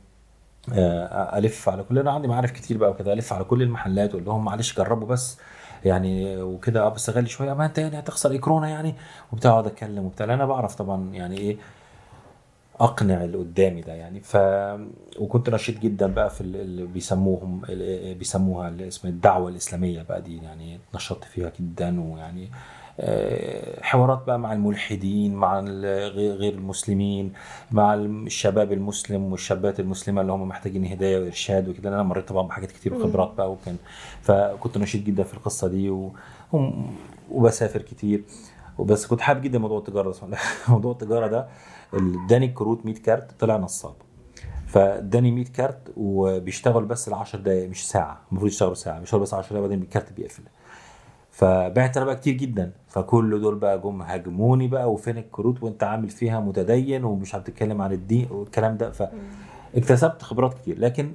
الف على كل، انا عندي معارف كتير بقى وكده، الف على كل المحلات واقول لهم معلش جربوا بس يعني وكده، بس غالي شويه، ما انت يعني هتخسر ايه كورونا يعني وبتاع، اقعد اتكلم وبتاع. انا بعرف طبعا يعني ايه اقنع اللي قدامي ده يعني. وكنت نشيط جدا بقى في اللي بيسموهم بيسموها اللي اسم الدعوه الاسلاميه بقى دي، يعني نشطت فيها جدا. ويعني حوارات بقى مع الملحدين، مع غير المسلمين، مع الشباب المسلم والشابات المسلمه اللي هم محتاجين هدايه وارشاد وكده. انا مريت طبعا بحاجات كتير وخبرات بقى فكنت نشيط جدا في القصه دي وبسافر كتير. وبس كنت حابب جدا موضوع التجاره ده. موضوع التجاره ده اللي اداني الكروت 100 كارت طلع نصاب. فاداني 100 كارت وبيشتغل بس ال10 دقايق مش ساعه، المفروض يشتغل ساعه، بيشتغل بس 10 دقايق بعدين الكارت بيقفل. فبعت انا بقى كتير جدا، فكل دول بقى جم هاجموني بقى، وفين الكروت وانت عامل فيها متدين ومش هتتكلم عن الدين والكلام ده. فاكتسبت خبرات كتير. لكن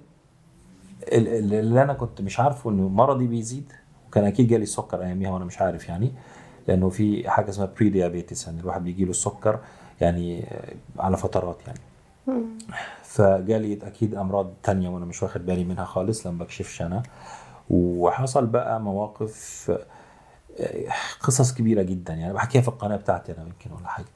اللي انا كنت مش عارفه انه مرضي بيزيد، وكان اكيد جالي السكر اياميها وانا مش عارف يعني، لانه في حاجه اسمها بري ديابيتس، يعني الواحد بيجي له السكر يعني على فترات يعني. فجالي اكيد امراض تانية وانا مش واخد بالي منها خالص لما بكشفش انا. وحصل بقى مواقف قصص كبيره جدا يعني بحكيها في القناه بتاعتي انا يمكن ولا حاجه،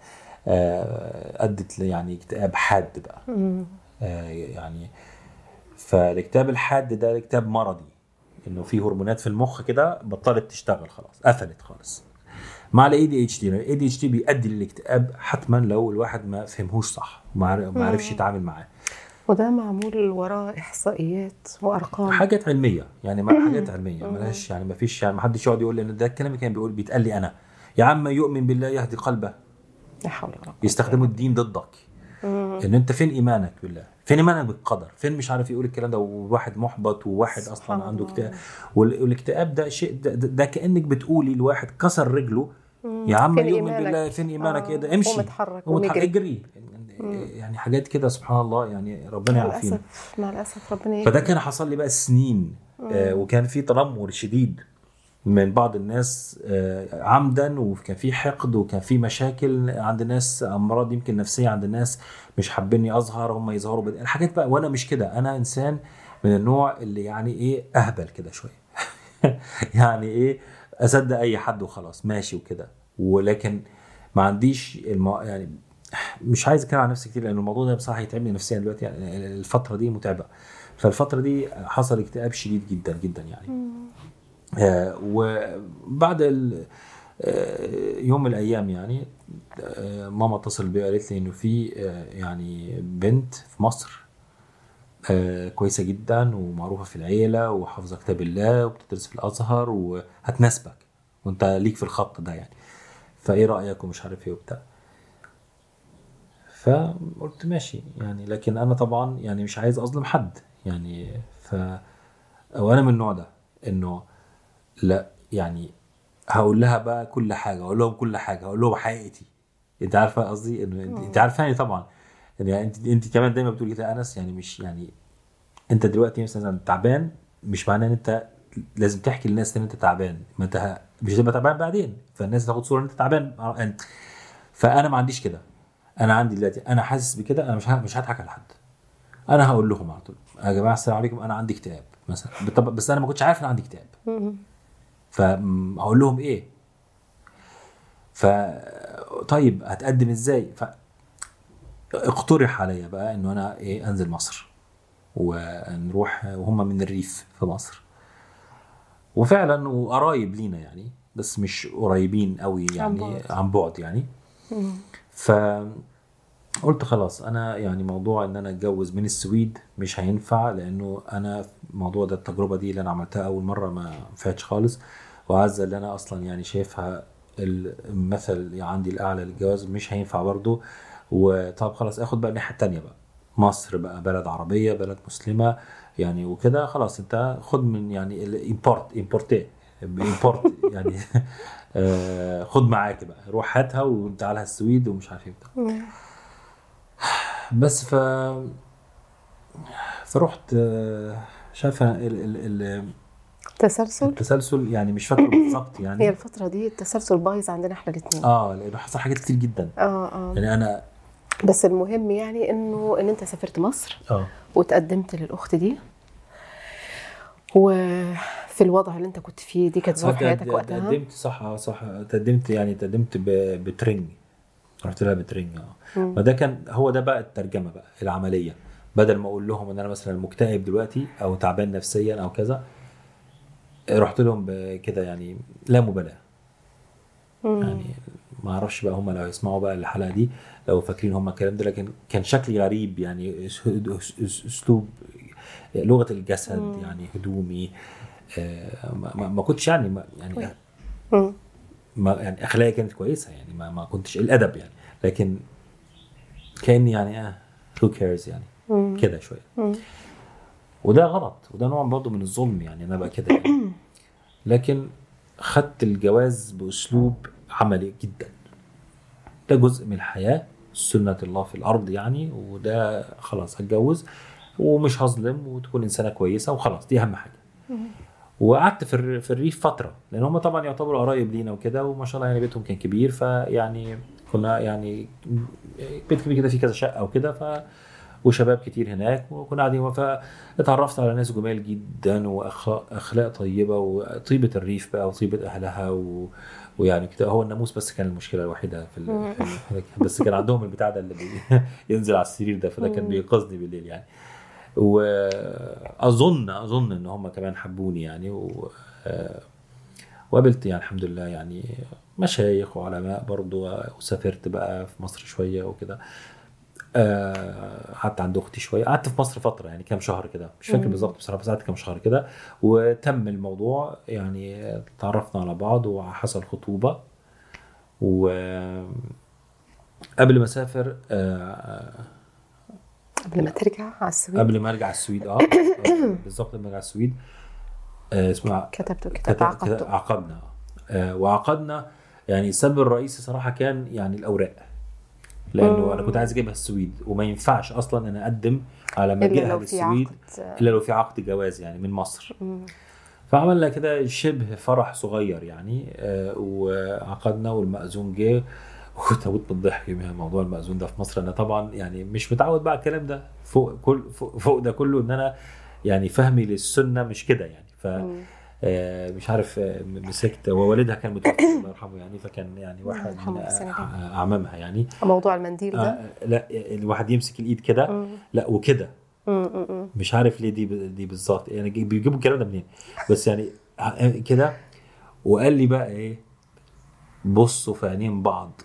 ادت لي يعني اكتئاب حاد بقى. يعني فالاكتئاب الحاد ده اكتئاب مرضي، انه في هرمونات في المخ كده بطلت تشتغل خلاص، قفلت خالص. مع الاي دي اتش دي، الاي دي اتش دي بيؤدي للاكتئاب حتما لو الواحد ما فهمهوش صح وما عرفش يتعامل معاه. وده معمول وراه احصائيات وارقام، حاجات علميه يعني، ما حاجات علميه ملهاش يعني، ما فيش يعني، ما حدش يقعد يقول ان ده الكلام اللي كان بيتقال لي انا. يا عم يؤمن بالله يهدي قلبه، لا حول ولا قوه. يستخدموا الدين ضدك. ان انت فين ايمانك بالله، فين ايمانك بالقدر، فين مش عارف يقول الكلام ده، وواحد محبط وواحد اصلا عنده اكتئاب. والاكتئاب ده شيء ده كانك بتقولي الواحد كسر رجله، يا عم يؤمن بالله فين ايمانك، ايه ده، امشي ومتحرك اجري يعني حاجات كده سبحان الله يعني، ربنا يعافينا. مع الاسف ربنا يعافينا. فده كان حصل لي بقى سنين. وكان في تنمر شديد من بعض الناس عمدا، وكان في حقد، وكان في مشاكل عند الناس، امراض يمكن نفسيه عند الناس، مش حابيني اظهر، هم يظهروا الحاجات بقى. وانا مش كده، انا انسان من النوع اللي يعني ايه اهبل كده شويه. يعني ايه اصدق اي حد وخلاص ماشي وكده. ولكن ما عنديش يعني مش عايز اتكلم عن نفسي كتير لان الموضوع ده بصراحه يتعبني نفسيا دلوقتي يعني، الفتره دي متعبه. فالفتره دي حصل اكتئاب شديد جدا جدا يعني. وبعد يوم من الايام يعني ماما اتصل بي قالت لي انه في يعني بنت في مصر كويسه جدا ومعروفه في العيله وحافظه كتاب الله وبتدرس في الازهر وهتناسبك وانت ليك في الخط ده يعني، فايه رايك ومش عارف ايه وبتاع. فقلت ماشي يعني، لكن انا طبعا يعني مش عايز اظلم حد يعني. وانا من النوع ده انه لا يعني هقول لها بقى كل حاجه، اقول لهم كل حاجه، اقول لهم حقيقتي. انت عارفه قصدي انه انت عارفه يعني طبعا يعني انت كمان دايما بتقولي كده انس يعني، مش يعني انت دلوقتي مثلا تعبان مش معناه ان انت لازم تحكي للناس ان انت تعبان، ما انت مش هتبقى تعبان بعدين فالناس تاخد صوره ان انت تعبان. فانا ما عنديش كده. انا عندي دلوقتي انا حاسس بكده، انا مش هضحك على حد، انا هقول لهم على طول يا جماعه السلام عليكم انا عندي اكتئاب مثلا. بس انا ما كنتش عارف ان عندي اكتئاب، فهقول لهم ايه؟ طيب هتقدم ازاي؟ اقترح عليا بقى انه انا ايه انزل مصر ونروح، وهم من الريف في مصر وفعلا وقرايب لينا يعني، بس مش قريبين قوي يعني عن بعد يعني. فقلت خلاص انا يعني موضوع ان انا اتجوز من السويد مش هينفع، لانه انا موضوع ده التجربه دي اللي انا عملتها اول مره ما فاتش خالص، وعزة اللي انا اصلا يعني شايفها المثل عندي الاعلى للجواز مش هينفع برضو. وطب خلاص اخد بقى الناحيه التانية بقى، مصر بقى بلد عربيه بلد مسلمه يعني وكده، خلاص انت خد من يعني امبورت يعني. خد معاك بقى، روح هاتها وتعالها السويد ومش عارف ايه بتاع. بس فرحت شايفه التسلسل يعني مش فاكره بالظبط يعني. هي الفتره دي التسلسل بايظ عندنا احنا الاثنين لانه حصل حاجات كتير جدا. يعني انا بس المهم يعني ان انت سافرت مصر وتقدمت للاخت دي، وفي الوضع اللي انت كنت فيه دي كانت ظروف حياتك وقتها. تقدمت صح تقدمت بترنج، رحت لها بترنج. فده كان هو ده بقى الترجمه بقى العمليه، بدل ما اقول لهم ان انا مثلا مكتئب دلوقتي او تعبان نفسيا او كذا، رحت لهم بكده يعني لا مبالاه. يعني ما اعرفش بقى هم لو يسمعوا بقى الحلقه دي لو فاكرين هم الكلام ده، لكن كان شكلي غريب يعني، اسلوب لغه الجسد يعني هدومي، ما كنتش يعني يعني ما يعني اخلاقي كانت كويسه يعني، ما كنتش الادب يعني، لكن كاني يعني who cares يعني كده شويه. وده غلط، وده نوع برضه من الظلم يعني، انا بقى كده يعني. لكن خدت الجواز باسلوب عملي جدا، ده جزء من الحياه، سنه الله في الارض يعني، وده خلاص هتجوز ومش هظلم وتكون انسانه كويسه وخلاص، دي اهم حاجه. وقعدت في الريف فتره، لان هم طبعا يعتبروا قرايب لينا وكده، وما شاء الله يعني بيتهم كان كبير، فيعني كنا يعني بيت كبير كده فيه كذا شقه وكده، وشباب كتير هناك، وكنا قاعدين، فاتعرفت على ناس جمال جدا واخلاق طيبه، وطيبه الريف بقى وطيبه اهلها ويعني كده. هو الناموس بس كان المشكله الوحيده بس كان عندهم البتاع ده اللي ينزل على السرير ده، فده كان بينقذني بالليل يعني. واظن ان هم كمان حبوني يعني، وقابلت يعني الحمد لله يعني مشايخ وعلماء برضو، وسافرت بقى في مصر شويه وكده. قعدت عند اختي شويه، قعدت في مصر فتره يعني كام شهر كده، مش فاكر بالظبط بصراحه، بس قعدت كام شهر كده وتم الموضوع يعني، تعرفنا على بعض وحصل خطوبه. وقبل ما اسافر قبل ما ترجع على السويد، قبل ما ارجع السويد بالظبط لما ارجع السويد اسمها كتبت كتاب عقدنا. وعقدنا يعني السبب الرئيسي صراحه كان يعني الاوراق، لانه انا كنت عايز اجيبها السويد، وما ينفعش اصلا انا اقدم على مجيئها للسويد الا لو في عقد جواز يعني من مصر. فعملنا كده شبه فرح صغير يعني، وعقدنا والمأذون جه، وتموت من الضحك من موضوع المأذون ده في مصر. انا طبعا يعني مش متعود بقى الكلام ده، فوق ده كله ان انا يعني فهمي للسنه مش كده يعني. ف مش عارف، مسكت، ووالدها كان متوفي الله يرحمه يعني، فكان يعني واحد من اعمامها يعني. موضوع المنديل ده لا الواحد يمسك الايد كده، لا وكده، مش عارف ليه دي بالظبط يعني، بيجيبوا الكلام ده منين، بس يعني كده. وقال لي بقى ايه، بصوا في عينين بعض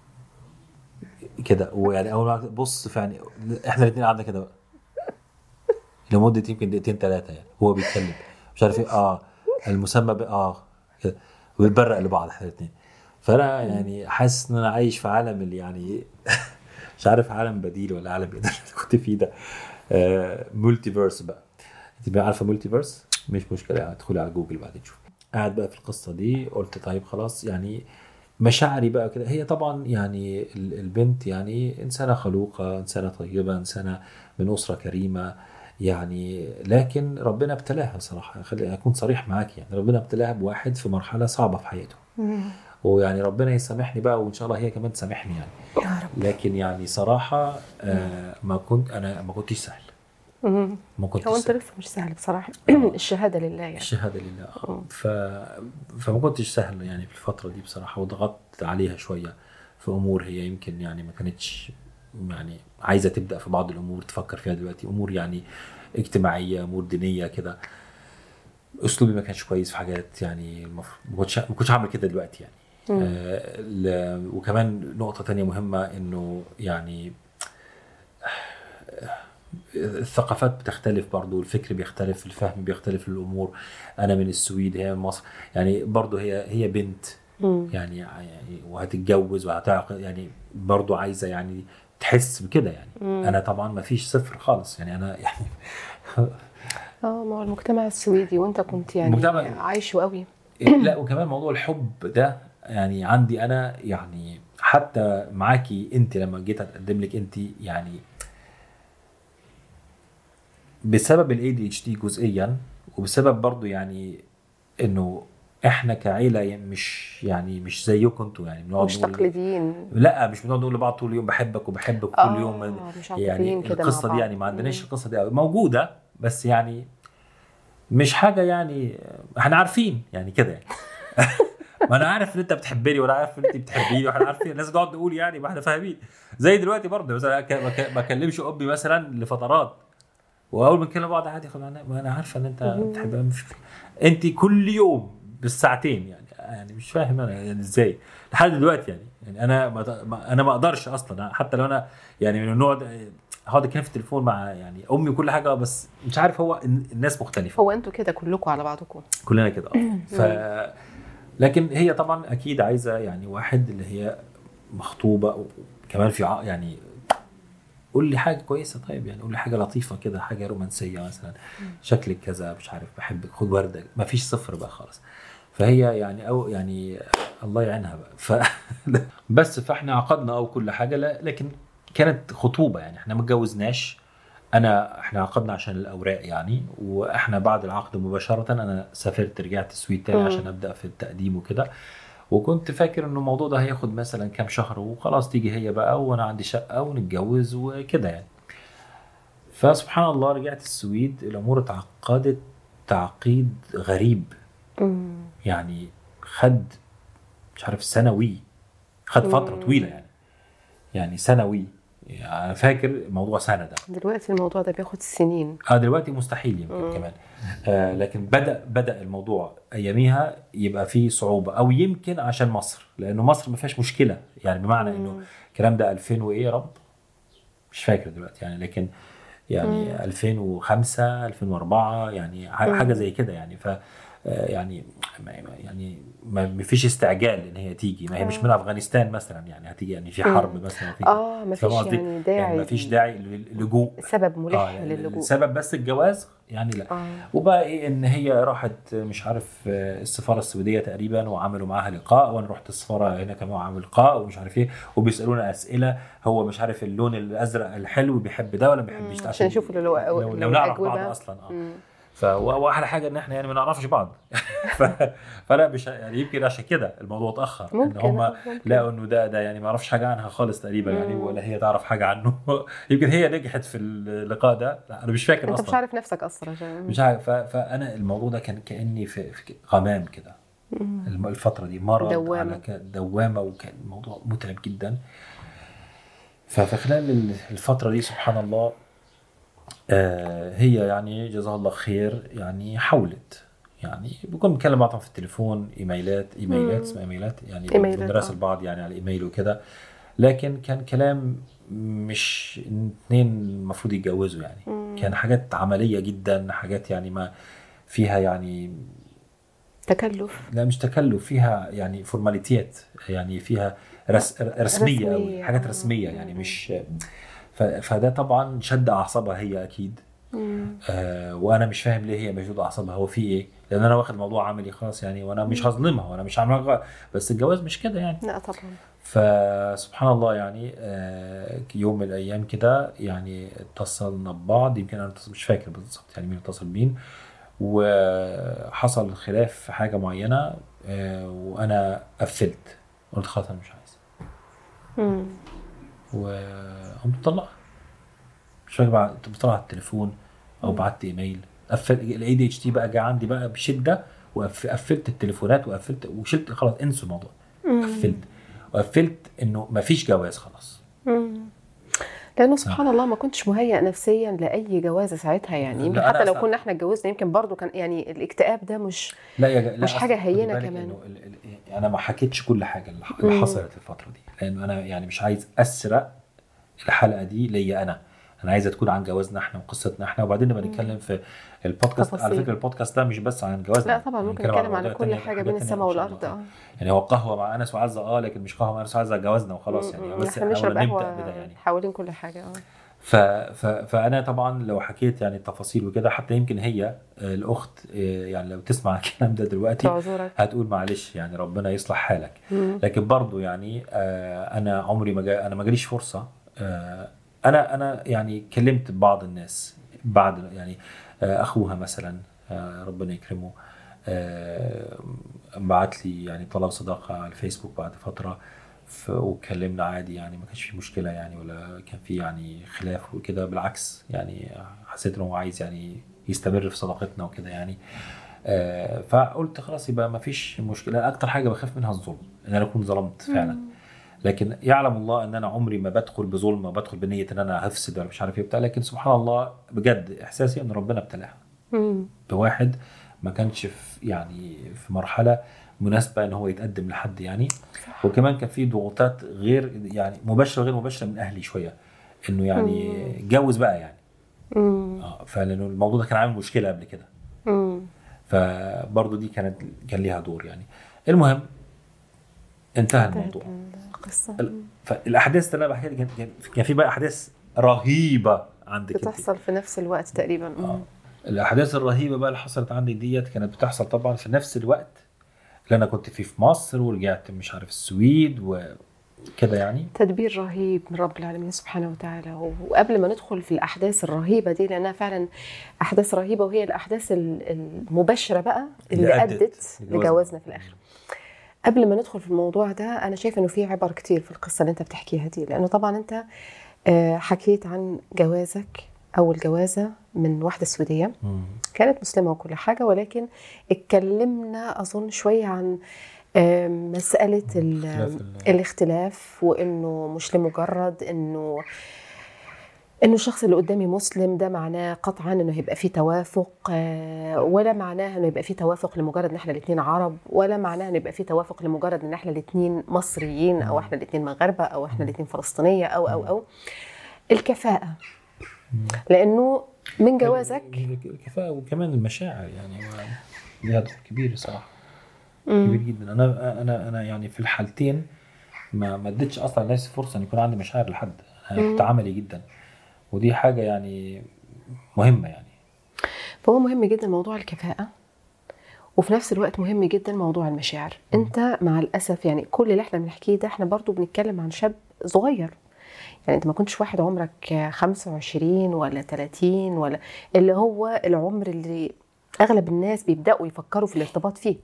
كده، ويعني اول ما بص في عيني احنا الاثنين قعدنا كده بقى لمده يمكن دقيقتين ثلاثه يعني، هو بيتكلم مش عارف ايه المسمى بقى كده، وبنبرق لبعض احنا الاثنين. فانا يعني حاسس ان انا عايش في عالم اللي يعني مش عارف عالم بديل ولا عالم اللي كنت فيه ده، مولتي فيرس بقى. انت عارفه مولتي فيرس؟ مش مشكله يعني، ادخلي على جوجل بعدين تشوف. قاعد بقى في القصه دي، قلت طيب خلاص يعني مشاعري بقى كده. هي طبعا يعني البنت يعني انسانه خلوقه، انسانه طيبه، انسانه من اسره كريمه يعني، لكن ربنا ابتلاها صراحه، خليني اكون صريح معاك يعني، ربنا ابتلاها بواحد في مرحله صعبه في حياته. ويعني ربنا يسامحني بقى، وان شاء الله هي كمان تسامحني يعني يا رب. لكن يعني صراحه ما كنتش سهل. ما كنتش هو انت لسه مش سهل بصراحه. الشهاده لله يعني، الشهاده لله. فما كنتش سهل يعني في الفتره دي بصراحه، وضغطت عليها شويه في امور هي يمكن يعني ما كانتش يعني عايزه تبدا في بعض الامور تفكر فيها دلوقتي، امور يعني اجتماعيه، امور دينيه كده. اسلوبي ما كانش كويس في حاجات يعني، ما كنتش هعمل كده دلوقتي يعني. وكمان نقطه تانية مهمه، انه يعني الثقافات بتختلف برضو، الفكر بيختلف، الفهم بيختلف للأمور. أنا من السويد، هي من مصر يعني، برضو هي بنت يعني وهتتجوز وهتعقد يعني، برضو عايزة يعني تحس بكده يعني. أنا طبعا ما فيش صفر خالص يعني، أنا يعني ما هو المجتمع السويدي وانت كنت يعني عايشه قوي. لا وكمان موضوع الحب ده يعني عندي أنا يعني، حتى معاكي أنت لما جيت أتقدم لك أنت يعني، بسبب ال ADHD جزئيا، وبسبب برضو يعني انه احنا كعيله مش زيكم انتوا، يعني بنقعد مش نقول تقليديين. لا، مش بنقعد نقول لبعض طول اليوم بحبك وبحبك كل يوم. مش يعني عاطفيين كده مع القصه دي بعض. يعني ما عندناش القصه دي قوي موجوده، بس يعني مش حاجه يعني احنا عارفين يعني كده يعني. ما انا عارف ان انت بتحبني وانا عارف ان انت بتحبيني واحنا عارفين، لازم نقعد نقول يعني ما احنا فاهمين. زي دلوقتي برضه مثلا ما اكلمش امي مثلا لفترات، واول ما نكلم بعض عادي خلاص، ما انا عارفه ان انت بتحبها، مش انت كل يوم بالساعتين يعني مش فاهم انا يعني ازاي لحد دلوقتي يعني انا انا ما اقدرش اصلا، حتى لو انا يعني من النوع ده هقعد اتكلم في التليفون مع يعني امي وكل حاجه، بس مش عارف هو الناس مختلفه. هو انتوا كده كلكم على بعضكم كلنا كده لكن هي طبعا اكيد عايزه يعني واحد اللي هي مخطوبه كمان في يعني قول لي حاجه كويسه، طيب يعني قول لي حاجه لطيفه كده، حاجه رومانسيه مثلا، شكلك كذا مش عارف بحبك خد ورده، ما فيش صفر بقى خالص. فهي يعني او يعني الله يعينها بقى بس فاحنا عقدنا او كل حاجه، لكن كانت خطوبه يعني احنا ما اتجوزناش. احنا عقدنا عشان الاوراق يعني، واحنا بعد العقد مباشره انا سافرت رجعت السويد تاني عشان ابدا في التقديم وكده. وكنت فاكر انه الموضوع ده هياخد مثلا كام شهر وخلاص تيجي هي بقى وانا عندي شقه ونتجوز وكده يعني. فسبحان الله رجعت السويد الامور اتعقدت تعقيد غريب. يعني خد مش عارف سنوي، خد فتره طويله يعني سنوي. يعني انا فاكر موضوع سنه ده. دلوقتي الموضوع ده بياخد سنين. دلوقتي مستحيل يمكن كمان. لكن بدأ الموضوع اياميها يبقى فيه صعوبة، او يمكن عشان مصر، لانه مصر ما فيهاش مشكلة يعني، بمعنى انه الكلام ده 2000 وايه يا رب مش فاكر دلوقتي يعني، لكن يعني 2005 2004 يعني حاجة زي كده يعني. ف يعني ما فيش استعجال ان هي تيجي، ما هي مش من افغانستان مثلا يعني هتيجي يعني في حرب مثلا هتيجي. ما فاهم فيش قصدي؟ يعني يعني ما داعي فيش داعي للجوء، سبب ملح يعني للجوء. السبب بس الجواز يعني لا. وبقى ايه ان هي راحت مش عارف السفاره السويديه تقريبا وعملوا معاها لقاء، وانا رحت السفاره هنا كمان وعملوا لقاء ومش عارف ايه، وبيسالونا اسئله هو مش عارف اللون الازرق الحلو بيحب ده ولا ما بيحبش ده، عشان يشوفوا لو نعرف بعض اصلا. واحلى حاجه ان احنا يعني ما نعرفش بعض. فلا مش يعني يمكن عشان كده الموضوع اتاخر، ان هم لقوا انه ده يعني ما يعرفش حاجه عنها خالص تقريبا يعني، ولا هي تعرف حاجه عنه. يمكن هي نجحت في اللقاء ده، لا انا مش فاكر انت اصلا. مش عارف نفسك اصلا عشان مش عارف. فانا الموضوع ده كان كاني في غمام كده. الفتره دي مرض دوامة. على دوامه، وكان الموضوع متعب جدا. فخلال الفتره دي سبحان الله هي يعني جزاها الله خير يعني حاولت، يعني بكون بنكلم بعضهم في التليفون، ايميلات اسمها ايميلات يعني، بنراسل بعض يعني على الايميل وكده. لكن كان كلام مش اتنين المفروض يتجوزوا يعني. كان حاجات عملية جدا، حاجات يعني ما فيها يعني تكلف. لا مش تكلف، فيها يعني فورماليتيات يعني، فيها رسمية قوي، حاجات رسمية يعني مش فده طبعا شد اعصابها هي اكيد. وانا مش فاهم ليه هي مشدود اعصابها، هو في ايه؟ لان انا واخد الموضوع عملي خلاص يعني، وانا مش هظلمها وانا مش عامل بس الجواز مش كده يعني. لا طبعا. فسبحان الله يعني يوم من الايام كده يعني اتصلنا ببعض، يمكن انا مش فاكر بالظبط يعني مين اتصل بين، وحصل خلاف في حاجه معينه وانا قفلت قلت خلاص انا مش عايز، وقمت طلقها. مش فاكر بعد بطلع على التليفون او بعت ايميل. قفلت الاي دي اتش تي بقى جه عندي بقى بشده، وقفلت التليفونات وقفلت وشلت خلاص انسوا الموضوع. وقفلت انه ما فيش جواز خلاص. لانه سبحان الله ما كنتش مهيئ نفسيا لاي جوازه ساعتها يعني. يمكن حتى لو كنا احنا اتجوزنا يمكن برضو كان يعني الاكتئاب ده مش حاجه هينه كمان. انا ما حكيتش كل حاجه اللي حصلت الفتره دي، لانه انا يعني مش عايز اسرق الحلقه دي ليا انا عايزه تكون عن جوازنا احنا وقصتنا احنا، وبعدين نبقى نتكلم في البودكاست تفاصيل. على فكره البودكاست ده مش بس عن جوازنا، لا طبعا ممكن نتكلم عن كل حاجه بين السماء والارض. يعني هو قهوه مع انس وعزه لكن مش قهوه مع انس وعزه جوازنا وخلاص يعني، بس احنا نشرب قهوه يعني حوالين كل حاجه. فانا طبعا لو حكيت يعني التفاصيل وكده، حتى يمكن هي الاخت يعني لو تسمع الكلام ده دلوقتي هتقول معلش يعني ربنا يصلح حالك. لكن برضو يعني انا عمري ما جاليش فرصه. انا يعني كلمت بعض الناس بعد يعني اخوها مثلا ربنا يكرمه، بعت لي يعني طلب صداقة على الفيسبوك بعد فترة، واتكلمنا عادي يعني، ما كانش في مشكلة يعني، ولا كان في يعني خلاف وكده. بالعكس يعني حسيت انه هو عايز يعني يستمر في صداقتنا وكده يعني. فقلت خلاص يبقى ما فيش مشكلة. اكتر حاجة بخاف منها الظلم، ان انا اكون ظلمت فعلا. لكن يعلم الله ان انا عمري ما بدخل بظلم، ما بدخل بنية ان انا هفسد ولا مش عارف ايه بتاع. لكن سبحان الله بجد احساسي ان ربنا ابتلاها بواحد ما كانش في يعني في مرحلة مناسبة ان هو يتقدم لحد يعني. صح. وكمان كان في ضغوطات غير يعني مباشرة غير مباشرة من اهلي شوية، انه يعني اتجوز بقى يعني. فلانه الموضوع ده كان عامل مشكلة قبل كده. فبرضه دي كان ليها دور يعني. المهم انتهى انتهت الموضوع. القصة. فالاحداث اللي انا بحكي لك كان في بقى احداث رهيبة عندك انت. بتحصل في نفس الوقت تقريبا. الاحداث الرهيبة بقى اللي حصلت عندي ديت كانت بتحصل طبعا في نفس الوقت اللي انا كنت فيه في مصر، ورجعت مش عارف السويد وكده يعني. تدبير رهيب من رب العالمين سبحانه وتعالى. وقبل ما ندخل في الأحداث الرهيبة دي، لأنها فعلا أحداث رهيبة، وهي الأحداث المباشرة بقى اللي أدت لجوازنا في الآخر. قبل ما ندخل في الموضوع ده، أنا شايفة أنه في عبر كتير في القصة اللي أنت بتحكيها دي، لأنه طبعا أنت حكيت عن جوازك أول جوازة من واحدة سويدية كانت مسلمة وكل حاجة، ولكن اتكلمنا أظن شوية عن مسألة الاختلاف، وإنه مش لمجرد إنه الشخص اللي قدامي مسلم ده معناه قطعا إنه هيبقى فيه توافق، ولا معناه إنه يبقى فيه توافق لمجرد إن إحنا الاتنين عرب، ولا معناه إنه يبقى فيه توافق لمجرد إن إحنا الاتنين مصريين، أو إحنا الاتنين مغاربة، أو إحنا الاتنين فلسطينية، أو الكفاءة. لأنه من جوازك الكفاءة وكمان المشاعر يعني ليها دور كبير صراحة، كبير جدا. أنا يعني في الحالتين ما اديتش أصلا لنفسي فرصة أن يكون عندي مشاعر لحد. أنا كنت عملي جدا، ودي حاجة يعني مهمة يعني. فهو مهم جدا موضوع الكفاءة، وفي نفس الوقت مهم جدا موضوع المشاعر. انت مع الأسف يعني كل اللي احنا بنحكيه ده احنا برضو بنتكلم عن شاب صغير، يعني انت ما كنتش واحد عمرك 25 ولا 30 ولا اللي هو العمر اللي اغلب الناس بيبدأوا يفكروا في الارتباط فيه.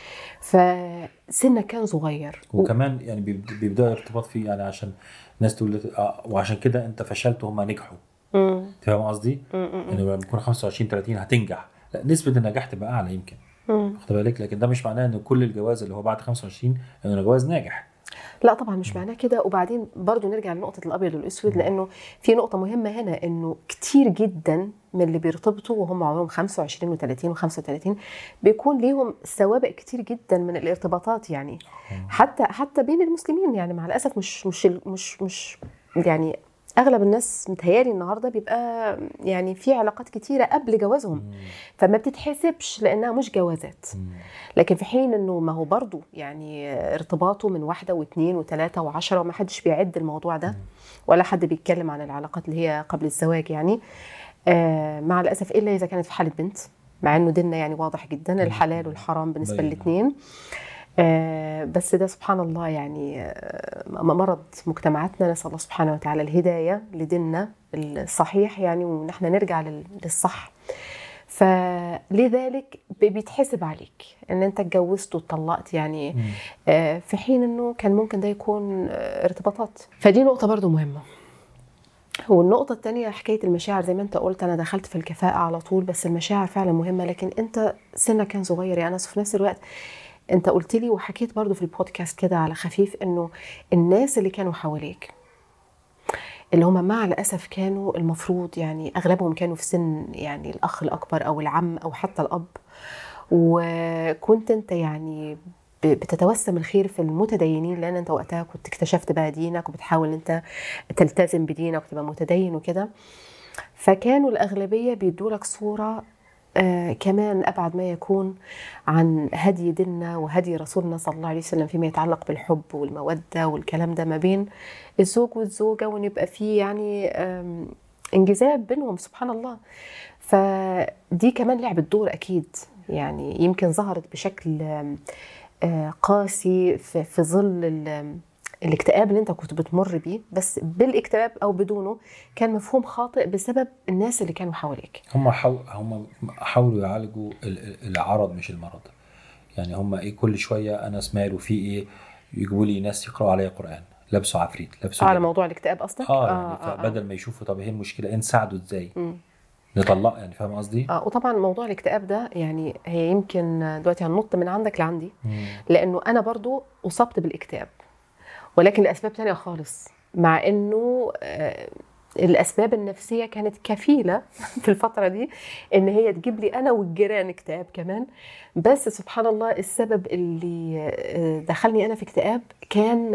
فسنك كان صغير، وكمان يعني بيبدأوا ارتباط فيه يعني عشان الناس تقول وعشان كده انت فشلت وهم نجحوا. فاهم قصدي؟ انه لما يكون 25 30 هتنجح، لا نسبة النجاح تبقى اعلى يمكن. واخد بالك؟ لكن ده مش معناه ان كل الجواز اللي هو بعد 25 انه جواز ناجح. لا طبعا مش معناه كده. وبعدين برضو نرجع لنقطة الأبيض والأسود، لأنه في نقطة مهمة هنا، إنه كتير جدا من اللي بيرتبطوا وهم عمرهم 25 و30 و35 بيكون ليهم سوابق كتير جدا من الارتباطات يعني. حتى بين المسلمين يعني، مع الأسف مش يعني اغلب الناس متهيالي النهارده بيبقى يعني في علاقات كتيره قبل جوازهم، فما بتتحسبش لانها مش جوازات. لكن في حين انه ما هو برضو يعني ارتباطه من واحده واثنين وثلاثه وعشرة، وما حدش بيعد الموضوع ده، ولا حد بيتكلم عن العلاقات اللي هي قبل الزواج يعني. مع الاسف الا اذا كانت في حاله بنت، مع انه ديننا يعني واضح جدا الحلال والحرام بالنسبه للاثنين. بس ده سبحان الله يعني مرض مجتمعاتنا. نسأل الله سبحانه وتعالى الهداية لديننا الصحيح يعني، ونحن نرجع للصح. فلذلك بيتحسب عليك ان انت اتجوزت وطلقت يعني، في حين انه كان ممكن ده يكون ارتباطات. فدي نقطة برضو مهمة. والنقطة الثانية حكاية المشاعر، زي ما انت قلت انا دخلت في الكفاءة على طول، بس المشاعر فعلا مهمة. لكن انت سنك كان صغير يا أنس، في نفس الوقت انت قلت لي وحكيت برضو في البودكاست كده على خفيف انه الناس اللي كانوا حواليك اللي هم مع الأسف كانوا المفروض يعني أغلبهم كانوا في سن يعني الأخ الأكبر أو العم أو حتى الأب، وكنت أنت يعني بتتوسم الخير في المتدينين، لأن أنت وقتها كنت اكتشفت بقى دينك وبتحاول أنت تلتزم بدينك وتبقى متدين وكده. فكانوا الأغلبية بيدولك صورة كمان أبعد ما يكون عن هدي ديننا وهدي رسولنا صلى الله عليه وسلم فيما يتعلق بالحب والمودة والكلام ده ما بين الزوج والزوجة، وان يبقى فيه يعني انجذاب بينهم سبحان الله. فدي كمان لعبت دور أكيد يعني، يمكن ظهرت بشكل قاسي في ظل الاكتئاب اللي انت كنت بتمر بيه، بس بالاكتئاب او بدونه كان مفهوم خاطئ بسبب الناس اللي كانوا حواليك. هم حاولوا يعالجوا العرض مش المرض يعني هم ايه كل شويه انا اسمع في ايه يجيبوا لي ناس يقراوا عليا قران لابسوا عفريت لابسوا على جن. موضوع الاكتئاب قصدك؟ يعني فبدل ما يشوفوا طب ايه المشكله نساعده ازاي مم. نطلق يعني فاهم قصدي. وطبعا موضوع الاكتئاب ده يعني هي يمكن دلوقتي هننط من عندك لعندي، مم. لانه انا برضو اصبت بالاكتئاب، ولكن لاسباب تانية خالص، مع انه الاسباب النفسيه كانت كفيله في الفتره دي ان هي تجيب لي انا والجيران اكتئاب كمان. بس سبحان الله السبب اللي دخلني انا في اكتئاب كان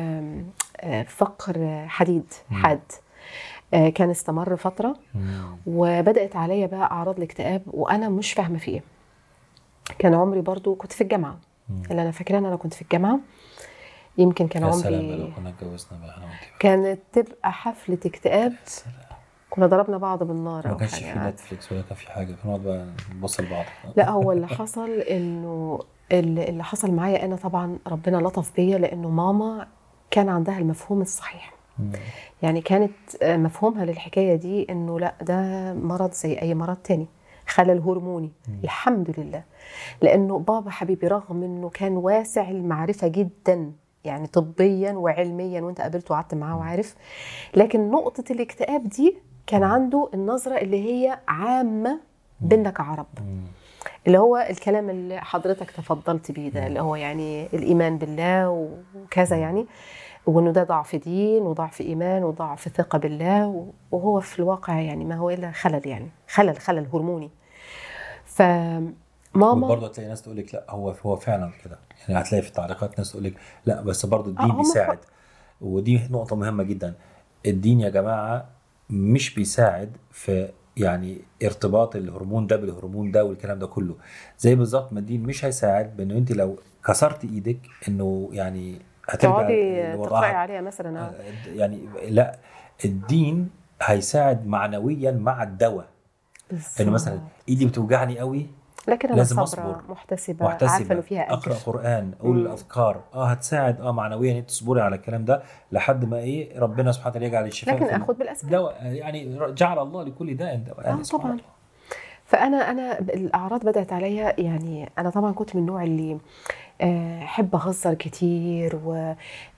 فقر حديد حاد، كان استمر فتره، وبدات عليا بقى اعراض الاكتئاب وانا مش فاهمه في ايه. كان عمري برضو كنت في الجامعه، اللي انا فاكره ان انا كنت في الجامعه، يمكن كان يا عمري سلام لو كنا اتجوزنا بقى انا وانت كانت تبقى حفله اكتئاب، كنا ضربنا بعض بالنار ما او كانش حاجه في نتفليكس ولا كان في حاجه فنقعد بقى نبص لبعض. لا هو اللي حصل انه اللي حصل معايا انا طبعا ربنا لطف بيا، لانه ماما كان عندها المفهوم الصحيح. يعني كانت مفهومها للحكايه دي انه لا ده مرض زي اي مرض تاني، خلل هرموني. الحمد لله، لانه بابا حبيبي رغم انه كان واسع المعرفه جدا يعني طبيا وعلميا، وانت قابلته وقعدت معاه وعارف، لكن نقطه الاكتئاب دي كان عنده النظره اللي هي عامه بيننا كعرب، اللي هو الكلام اللي حضرتك تفضلت بيه ده، اللي هو يعني الإيمان بالله وكذا يعني، وإنه ده ضعف دين وضعف إيمان وضعف ثقة بالله، وهو في الواقع يعني ما هو إلا خلل، يعني خلل هرموني. فماما وبرضه هتلاقي ناس تقول لك لا هو فعلا كده، يعني هتلاقي في التعليقات ناس تقول لك لا بس برضه الدين بيساعد. ودي نقطة مهمة جدا، الدين يا جماعة مش بيساعد في يعني ارتباط الهرمون ده بالهرمون ده والكلام ده كله، زي بالظبط ما الدين مش هيساعد بانه انت لو كسرت ايدك انه يعني هترجع تقعدي تقرأي لوضعها عليها مثلا. يعني لا، الدين هيساعد معنويا مع الدواء. انه مثلا ايدي بتوجعني قوي لكن أنا لازم صبرة اصبر محتسبة عارفة إنه فيها أجر، اقرا قران اقول الاذكار هتساعد معنويا انت تصبري على الكلام ده لحد ما ايه ربنا سبحانه وتعالى يجعل الشفاء لكن اخذ بالاسباب دواء، يعني جعل الله لكل داء دواء يعني طبعا. الله. فانا الاعراض بدات عليا، يعني انا طبعا كنت من النوع اللي احب اهزر كتير و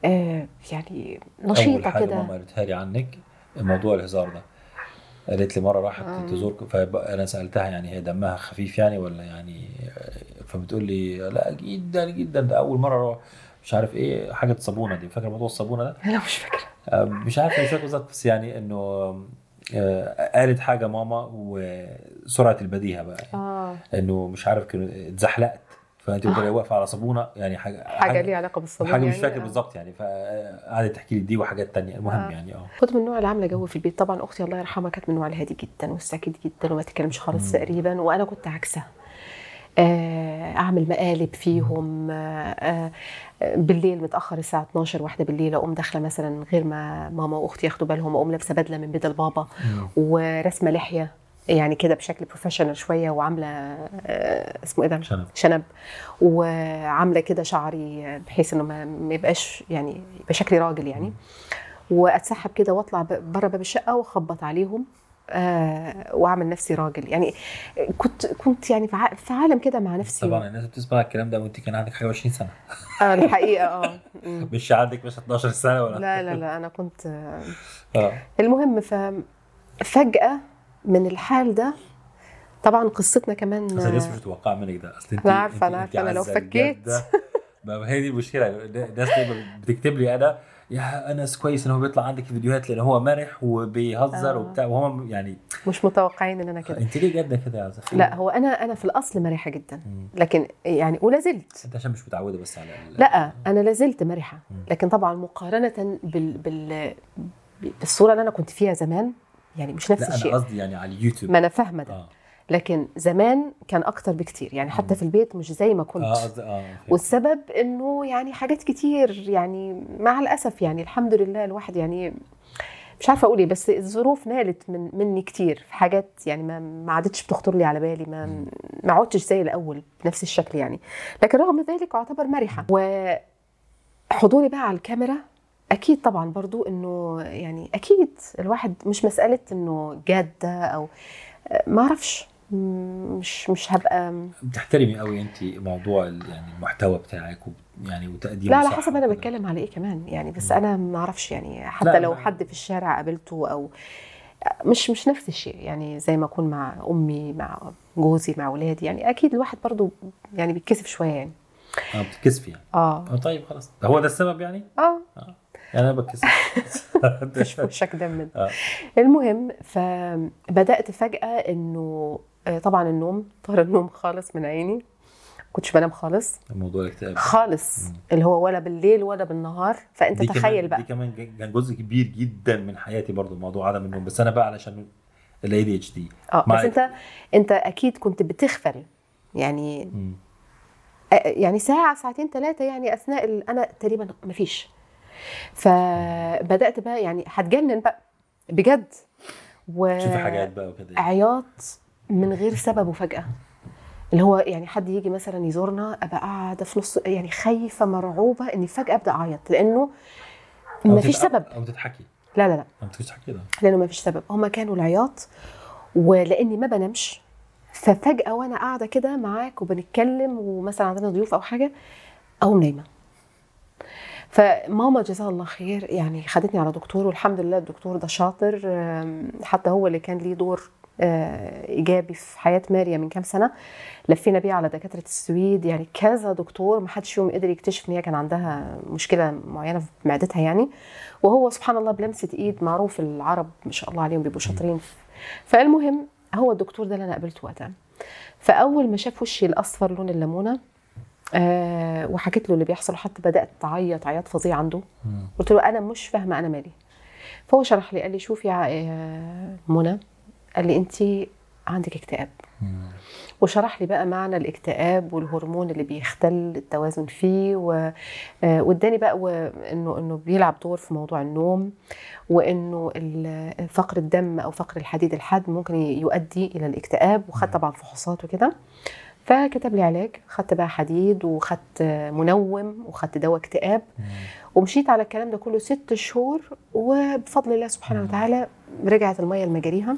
يعني نشيطه اول حاجه كده. ماما قالتها لي عنك موضوع الهزار ده، قالت لي مره راحت تزورك فانا سالتها يعني هي دمها خفيف يعني ولا يعني، فبتقول لي لا جدا جدا ده اول مره مش عارف ايه حاجه صابونه دي، فاكر موضوع الصابونه ده؟ لا مش فاكره. مش فاكر بالظبط بس يعني انه قالت حاجه ماما وسرعه البديهه بقى انه مش عارف اتزحلقت فانت بتبقى واقفه على صابونه يعني حاجه ليها علاقه بالصابون حاجه يعني مش فاكر بالظبط يعني، فقعدت تحكي لي دي وحاجات تانية المهم يعني كنت من النوع اللي عامله جو في البيت. طبعا اختي الله يرحمها كانت من النوع الهادي جدا والساكت جدا وما تتكلمش خالص تقريبا، وانا كنت عكسها، اعمل مقالب فيهم. بالليل متاخر الساعه 12 واحده بالليل اقوم داخله مثلا غير ما ماما واختي ياخدوا بالهم، اقوم لابسه بدله من بدل بابا ورسمه لحيه يعني كده بشكل بروفيشنال شويه، وعامله اسمه ايه ده شنب، وعامله كده شعري بحيث انه ما يبقاش يعني يبقى شكلي راجل يعني، واتسحب كده واطلع بره باب الشقه واخبط عليهم واعمل نفسي راجل يعني. كنت يعني في عالم كده مع نفسي. طبعا الناس بتسمع الكلام ده وانت كان عندك حاجه 20 سنه. الحقيقه مش عندك مش 12 سنه ولا لا انا كنت المهم فجاه من الم ده طبعا قصتنا كمان بس الناس مش متوقعه منك ده، اصل انت انا عارفه انا لو فكيت ما هي دي المشكله. الناس دايما بتكتب لي انا يا انس كويس ان هو بيطلع عندك في فيديوهات لان هو مرح وبيهزر وبتاع، وهم يعني مش متوقعين ان انا كده. انت ليه جد كده يا زفير؟ لا هو انا في الاصل مرحه جدا، لكن يعني ولا زلت انت عشان مش متعوده بس على لا انا لا زلت مرحه، لكن طبعا مقارنه بالصوره اللي انا كنت فيها زمان يعني مش نفس الشيء. لا انا قصدي يعني على اليوتيوب ما انا فاهمه ده لكن زمان كان اكتر بكتير يعني، حتى في البيت مش زي ما كنت. والسبب انه يعني حاجات كتير يعني مع الاسف يعني الحمد لله الواحد يعني مش عارفه اقول ايه، بس الظروف نالت مني كتير في حاجات يعني ما عادتش بتخطر لي على بالي، ما عدتش زي الاول بنفس الشكل يعني، لكن رغم ذلك اعتبر مرحه. وحضوري بقى على الكاميرا اكيد طبعا برضو انه يعني اكيد الواحد مش مساله انه جاده او ما اعرفش، مش هبقى. بتحترمي قوي انت موضوع يعني المحتوى بتاعك يعني وتقديمه لا على صح حسب انا وكده. بتكلم على ايه كمان يعني، بس انا ما اعرفش يعني، لا حتى لو ما حد في الشارع قابلته او مش نفس الشيء يعني، زي ما اكون مع امي مع جوزي مع اولادي يعني، اكيد الواحد برضو يعني بيتكسف شويه يعني. بتتكسفي يعني. اه طيب خلاص، هو ده السبب يعني. اه يعني انا بتكسف. مفيش في وشك دم. اه المهم فبدات فجاه انه طبعا النوم طار، النوم خالص من عيني، كنتش بنام خالص موضوع الاكتئاب ده. خالص، اللي هو ولا بالليل ولا بالنهار. فانت تخيل دي بقى. كمان كان جزء كبير جدا من حياتي برضو موضوع عدم النوم، بس انا بقى علشان ال ADHD اه بس مع. انت اكيد كنت بتغفل يعني، مم. يعني ساعة ساعتين ثلاثة يعني أثناء أنا تقريبا مفيش. فبدأت بقى يعني هتجنن بقى بجد، تشوفي حاجات بقى وكده يعني. وعياط من غير سبب وفجأة، اللي هو يعني حد يجي مثلا يزورنا أبقى قاعدة في نص يعني خايفة مرعوبة إني فجأة أبدأ أعيط لأنه مفيش سبب. او تضحكي. لا لا لا، او تضحكي ده. لأنه مفيش سبب، هما كانوا العياط ولأني ما بنامش. ففجأة وأنا قاعدة كده معاك وبنتكلم ومثلا عندنا ضيوف أو حاجة أقوم نايمة. فماما جزاها الله خير يعني خدتني على دكتور، والحمد لله الدكتور ده شاطر، حتى هو اللي كان ليه دور ايجابي في حياه ماريا من كام سنه. لفينا بيه على دكاتره السويد يعني كذا دكتور، ما حدش فيهم قدر يكتشف ان هي كان عندها مشكله معينه في معدتها يعني. وهو سبحان الله بلمسه ايد، معروف العرب ما شاء الله عليهم بيبقوا شاطرين. فالمهم هو الدكتور ده اللي انا قابلته وقتها، فاول ما شاف وشي الاصفر لون الليمونه وحكيت له اللي بيحصل، حتى بدات تعيط عياط فظيع عنده. قلت له انا مش فاهمه انا مالي. فهو شرح لي، قال لي شوفي يا منى، قال لي انت عندك اكتئاب. وشرح لي بقى معنى الاكتئاب والهرمون اللي بيختل التوازن فيه واداني بقى انه بيلعب دور في موضوع النوم، وانه فقر الدم او فقر الحديد الحاد ممكن يؤدي الى الاكتئاب. وخدت طبعا فحوصات وكده، فكتب لي علاج، خدت بقى حديد وخدت منوم وخدت دواء اكتئاب، ومشيت على الكلام ده كله 6 شهور. وبفضل الله سبحانه وتعالى رجعت المية لمجاريها.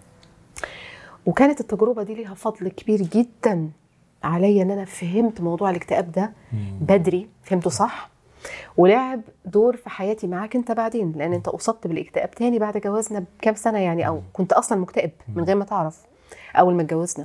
وكانت التجربة دي ليها فضل كبير جدا عليا، ان انا فهمت موضوع الاكتئاب ده بدري، فهمته صح، ولعب دور في حياتي معاك انت بعدين، لان انت اصبت بالاكتئاب تاني بعد جوازنا بكام سنة يعني، او كنت اصلا مكتئب من غير ما تعرف اول ما اتجوزنا.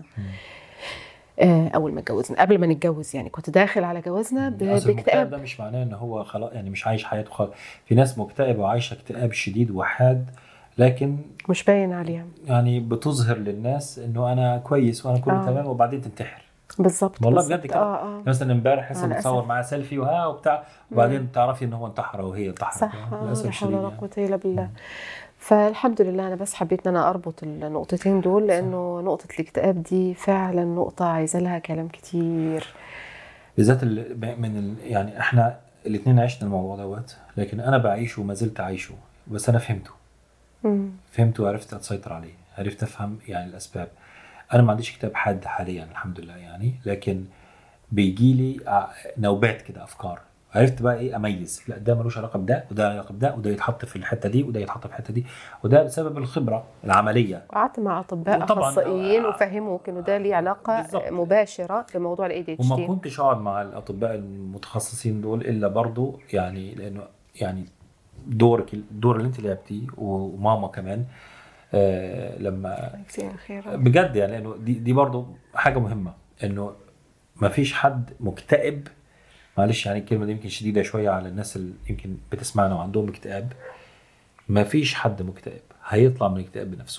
اول ما اتجوزنا قبل ما نتجوز يعني كنت داخل على جوازنا اصل المكتئب ده باكتئاب. مش معناه ان هو خلاص يعني مش عايش حياته خالص. في ناس مكتئبه وعايشه اكتئاب شديد وحاد، لكن مش باين عليها يعني بتظهر للناس انه انا كويس وانا كله تمام، وبعدين تنتحر. بالظبط والله بجد بالظبط كده. مثلا امبارح مع لسه متصور الاسف. معاه سيلفي وبتاع، وبعدين تعرفي ان هو انتحر وهي انتحرت. صح للاسف لا حول الشديد ولا يعني. قوه الا بالله. فالحمد لله انا بس حبيت ان انا اربط النقطتين دول، صح. لانه نقطه الاكتئاب دي فعلا نقطه عايزه لها كلام كتير. بالذات يعني احنا الاثنين عشنا الموضوع دوت، لكن انا بعيشه وما زلت عايشه، بس انا فهمته وعرفت اسيطر عليه، عرفت افهم يعني الاسباب. انا ما عنديش كتاب حاد حاليا الحمد لله يعني، لكن بيجي لي نوبات كده افكار، عرفت بقى ايه اميز، لا ده ملوش علاقه بده وده علاقه بده، وده يتحط في الحته دي وده يتحط في الحته دي، وده بسبب الخبره العمليه. قعدت مع اطباء وطبعا اخصائيين وفهموك انه ده ليه علاقه بالظبط. مباشره بموضوع الاي دي اتش وما دي. كنتش اقعد مع الاطباء المتخصصين دول الا برضو يعني، لانه يعني الدور اللي انت لعبتيه وماما كمان لما يكفينا الخير. بجد يعني، لانه دي برضو حاجه مهمه، انه ما فيش حد مكتئب. معلش يعني الكلمه دي يمكن شديده شويه على الناس اللي يمكن بتسمعنا وعندهم اكتئاب. ما فيش حد مكتئب هيطلع من الاكتئاب بنفسه.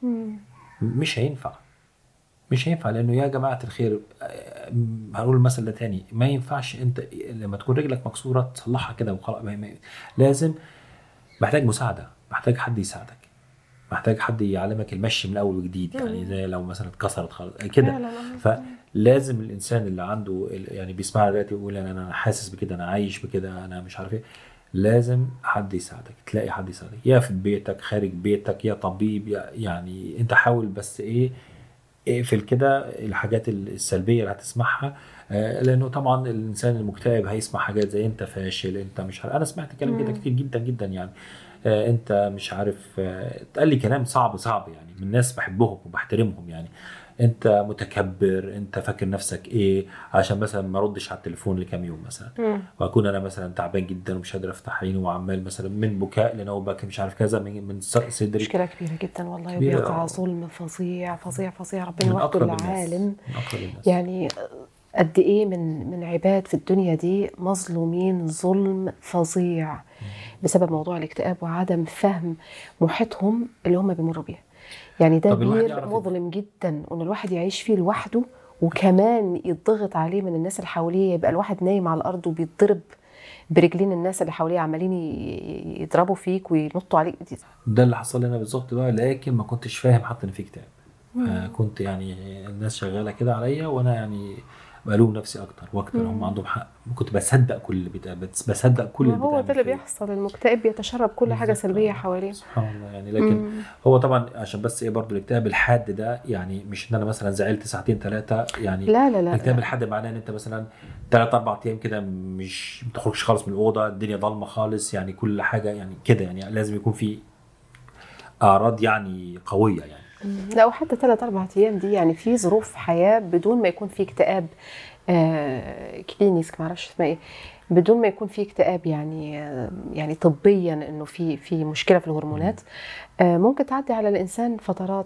مش هينفع. مش هينفع، لانه يا جماعه الخير هنقول المثل ده تاني، ما ينفعش انت لما تكون رجلك مكسوره تصلحها كده وخلاص. لازم، محتاج مساعده، محتاج حد يساعدك، محتاج حد يعلمك المشي من اول وجديد يعني، زي لو مثلا اتكسرت خالص كده. فلازم الانسان اللي عنده يعني بيسمع دلوقتي يقول انا حاسس بكده، انا عايش بكده، انا مش عارف ايه، لازم حد يساعدك، تلاقي حد يساعدك، يا في بيتك خارج بيتك، يا طبيب، يعني انت حاول بس ايه، اقفل كده الحاجات السلبيه اللي هتسمعها. لانه طبعا الانسان المكتئب هيسمع حاجات زي انت فاشل، انت مش عارف. انا سمعت كلام كده كتير جدا جدا يعني. انت مش عارف. اتقال لي كلام صعب يعني من ناس بحبهم وبحترمهم يعني. انت متكبر، انت فاكر نفسك ايه عشان مثلا ما ردش على التليفون لكام يوم مثلا، واكون انا مثلا تعبان جدا ومش قادر افتح عيني وعمال مثلا من بكاء لنوبه مش عارف كذا من صدري. مشكلة كبيرة جدا والله، كبيرة. وبيقع ظلم فظيع فظيع فظيع، ربنا من وحده اقرب الناس، العالم. من اقرب الناس. يعني قد ايه من عباد في الدنيا دي مظلومين ظلم فظيع بسبب موضوع الاكتئاب وعدم فهم محيطهم اللي هم بيمروا بيه. يعني ده طب الواحد بير يعرف مظلم جدا، وان الواحد يعيش فيه لوحده، وكمان يضغط عليه من الناس اللي حواليه، يبقى الواحد نايم على الارض وبيتضرب برجلين الناس اللي حواليه، عمالين يضربوا فيك وينطوا عليك. ده اللي حصل لنا بالظبط بقى، لكن ما كنتش فاهم حتى ان في كتاب. كنت يعني الناس شغاله كده عليا وانا يعني بلوم نفسي اكتر واكتر. هم عندهم حق، كنت بصدق كل اللي بصدق كل ما اللي هو ده بيتعمل اللي فيا. بيحصل، المكتئب بيتشرب كل حاجة بالظبط. سلبية حواليه. سبحان الله يعني. لكن هو طبعا عشان بس ايه برضو الاكتئاب الحاد ده، يعني مش ان انا مثلا زعلت ساعتين ثلاثه يعني. لا لا لا الاكتئاب لا. الحاد معناه ان انت مثلا 3-4 ايام كده مش بتخرجش خالص من الاوضه، الدنيا ضلمه خالص، يعني كل حاجه يعني كده، يعني لازم يكون في اعراض يعني قويه يعني. لا، وحتى 3-4 أيام دي يعني في ظروف حياة بدون ما يكون في اكتئاب كلينيسك، معرفش اسمها ايه، بدون ما يكون في اكتئاب يعني يعني طبيا انه في مشكلة في الهرمونات، ممكن تعدي على الإنسان فترات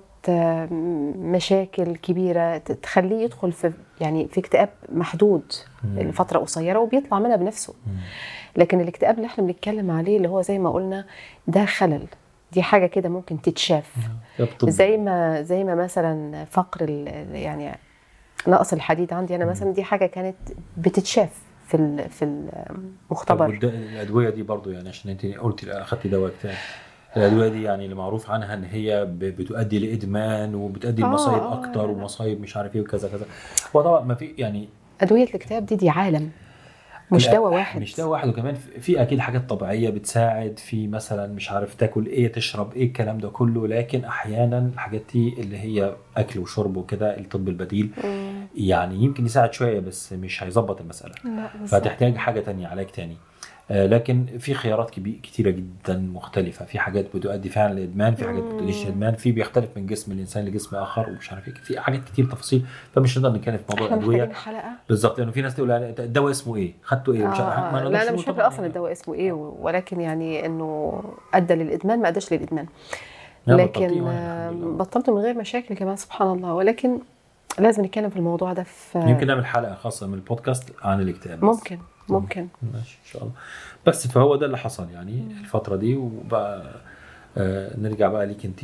مشاكل كبيرة تخليه يدخل في يعني في اكتئاب محدود لفترة قصيرة وبيطلع منها بنفسه. لكن الاكتئاب اللي احنا بنتكلم عليه اللي هو زي ما قلنا ده خلل، دي حاجة كده ممكن تتشاف، زي ما مثلا فقر يعني نقص الحديد عندي انا مثلا، دي حاجة كانت بتتشاف في طب المختبر. الادويه دي برضو يعني عشان انت قلتي اخذتي دواء اكتئاب، الادويه دي يعني اللي معروف عنها ان هي بتؤدي لادمان وبتؤدي لمصايب اكتر لا لا. ومصايب مش عارف ايه وكذا كذا. هو طبعا ما في يعني أدوية الاكتئاب دي عالم، مش لا دواء واحد. مش دواء واحد، وكمان في اكيد حاجات طبيعيه بتساعد في مثلا مش عارف تاكل ايه تشرب ايه الكلام ده كله، لكن احيانا الحاجات دي اللي هي اكل وشرب وكده الطب البديل يعني يمكن يساعد شويه بس مش هيظبط المساله، لا فتحتاج حاجه تانية علاج تاني. لكن في خيارات كتيرة جدا مختلفة، في حاجات بتؤدي فعلا لإدمان، في حاجات بتؤديش لإدمان، في بيختلف من جسم الإنسان لجسم آخر ومش عارف ايه، في حاجات كتير تفاصيل، فمش نقدر نتكلم في موضوع احنا الأدوية محتاجين حلقة. بالظبط، لأنه في ناس تقول الدواء اسمه ايه خدته ايه مش عارف، ما لا نقدرش انا نقول مش فاكره طبعا اصلا يعني. الدواء اسمه ايه، ولكن يعني انه ادى للادمان ما اداش للادمان، لا بطلتيه لكن يعني الحمد لله. بطلت من غير مشاكل كمان سبحان الله. ولكن لازم نتكلم في الموضوع ده يمكن نعمل حلقة خاصة من البودكاست عن الاكتئاب بس. ممكن ماشي ان شاء الله. بس فهو ده اللي حصل يعني الفترة دي، وبقى نرجع بقى ليك انتي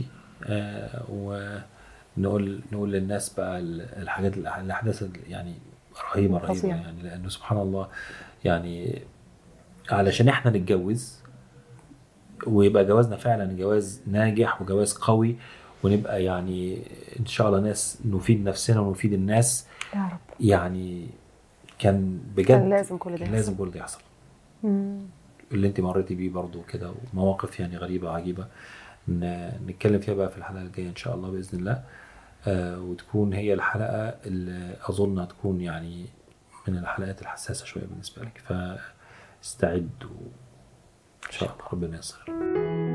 نقول للناس بقى الحاجات الاحداث يعني رهيبه فظيع. يعني، لانه سبحان الله يعني علشان احنا نتجوز ويبقى جوازنا فعلا جواز ناجح وجواز قوي، ونبقى يعني ان شاء الله ناس نفيد نفسنا ونفيد الناس يا رب. يعني. كان بجد كان لازم كل ده كان لازم كل ده يحصل. اللي انت مريتي بيه برضو كده، ومواقف يعني غريبه وعجيبه نتكلم فيها بقى في الحلقه الجايه ان شاء الله باذن الله. وتكون هي الحلقة اللي أظن هتكون يعني من الحلقات الحساسة شوية بالنسبة لك، فاستعد وإن شاء الله ربنا يسر.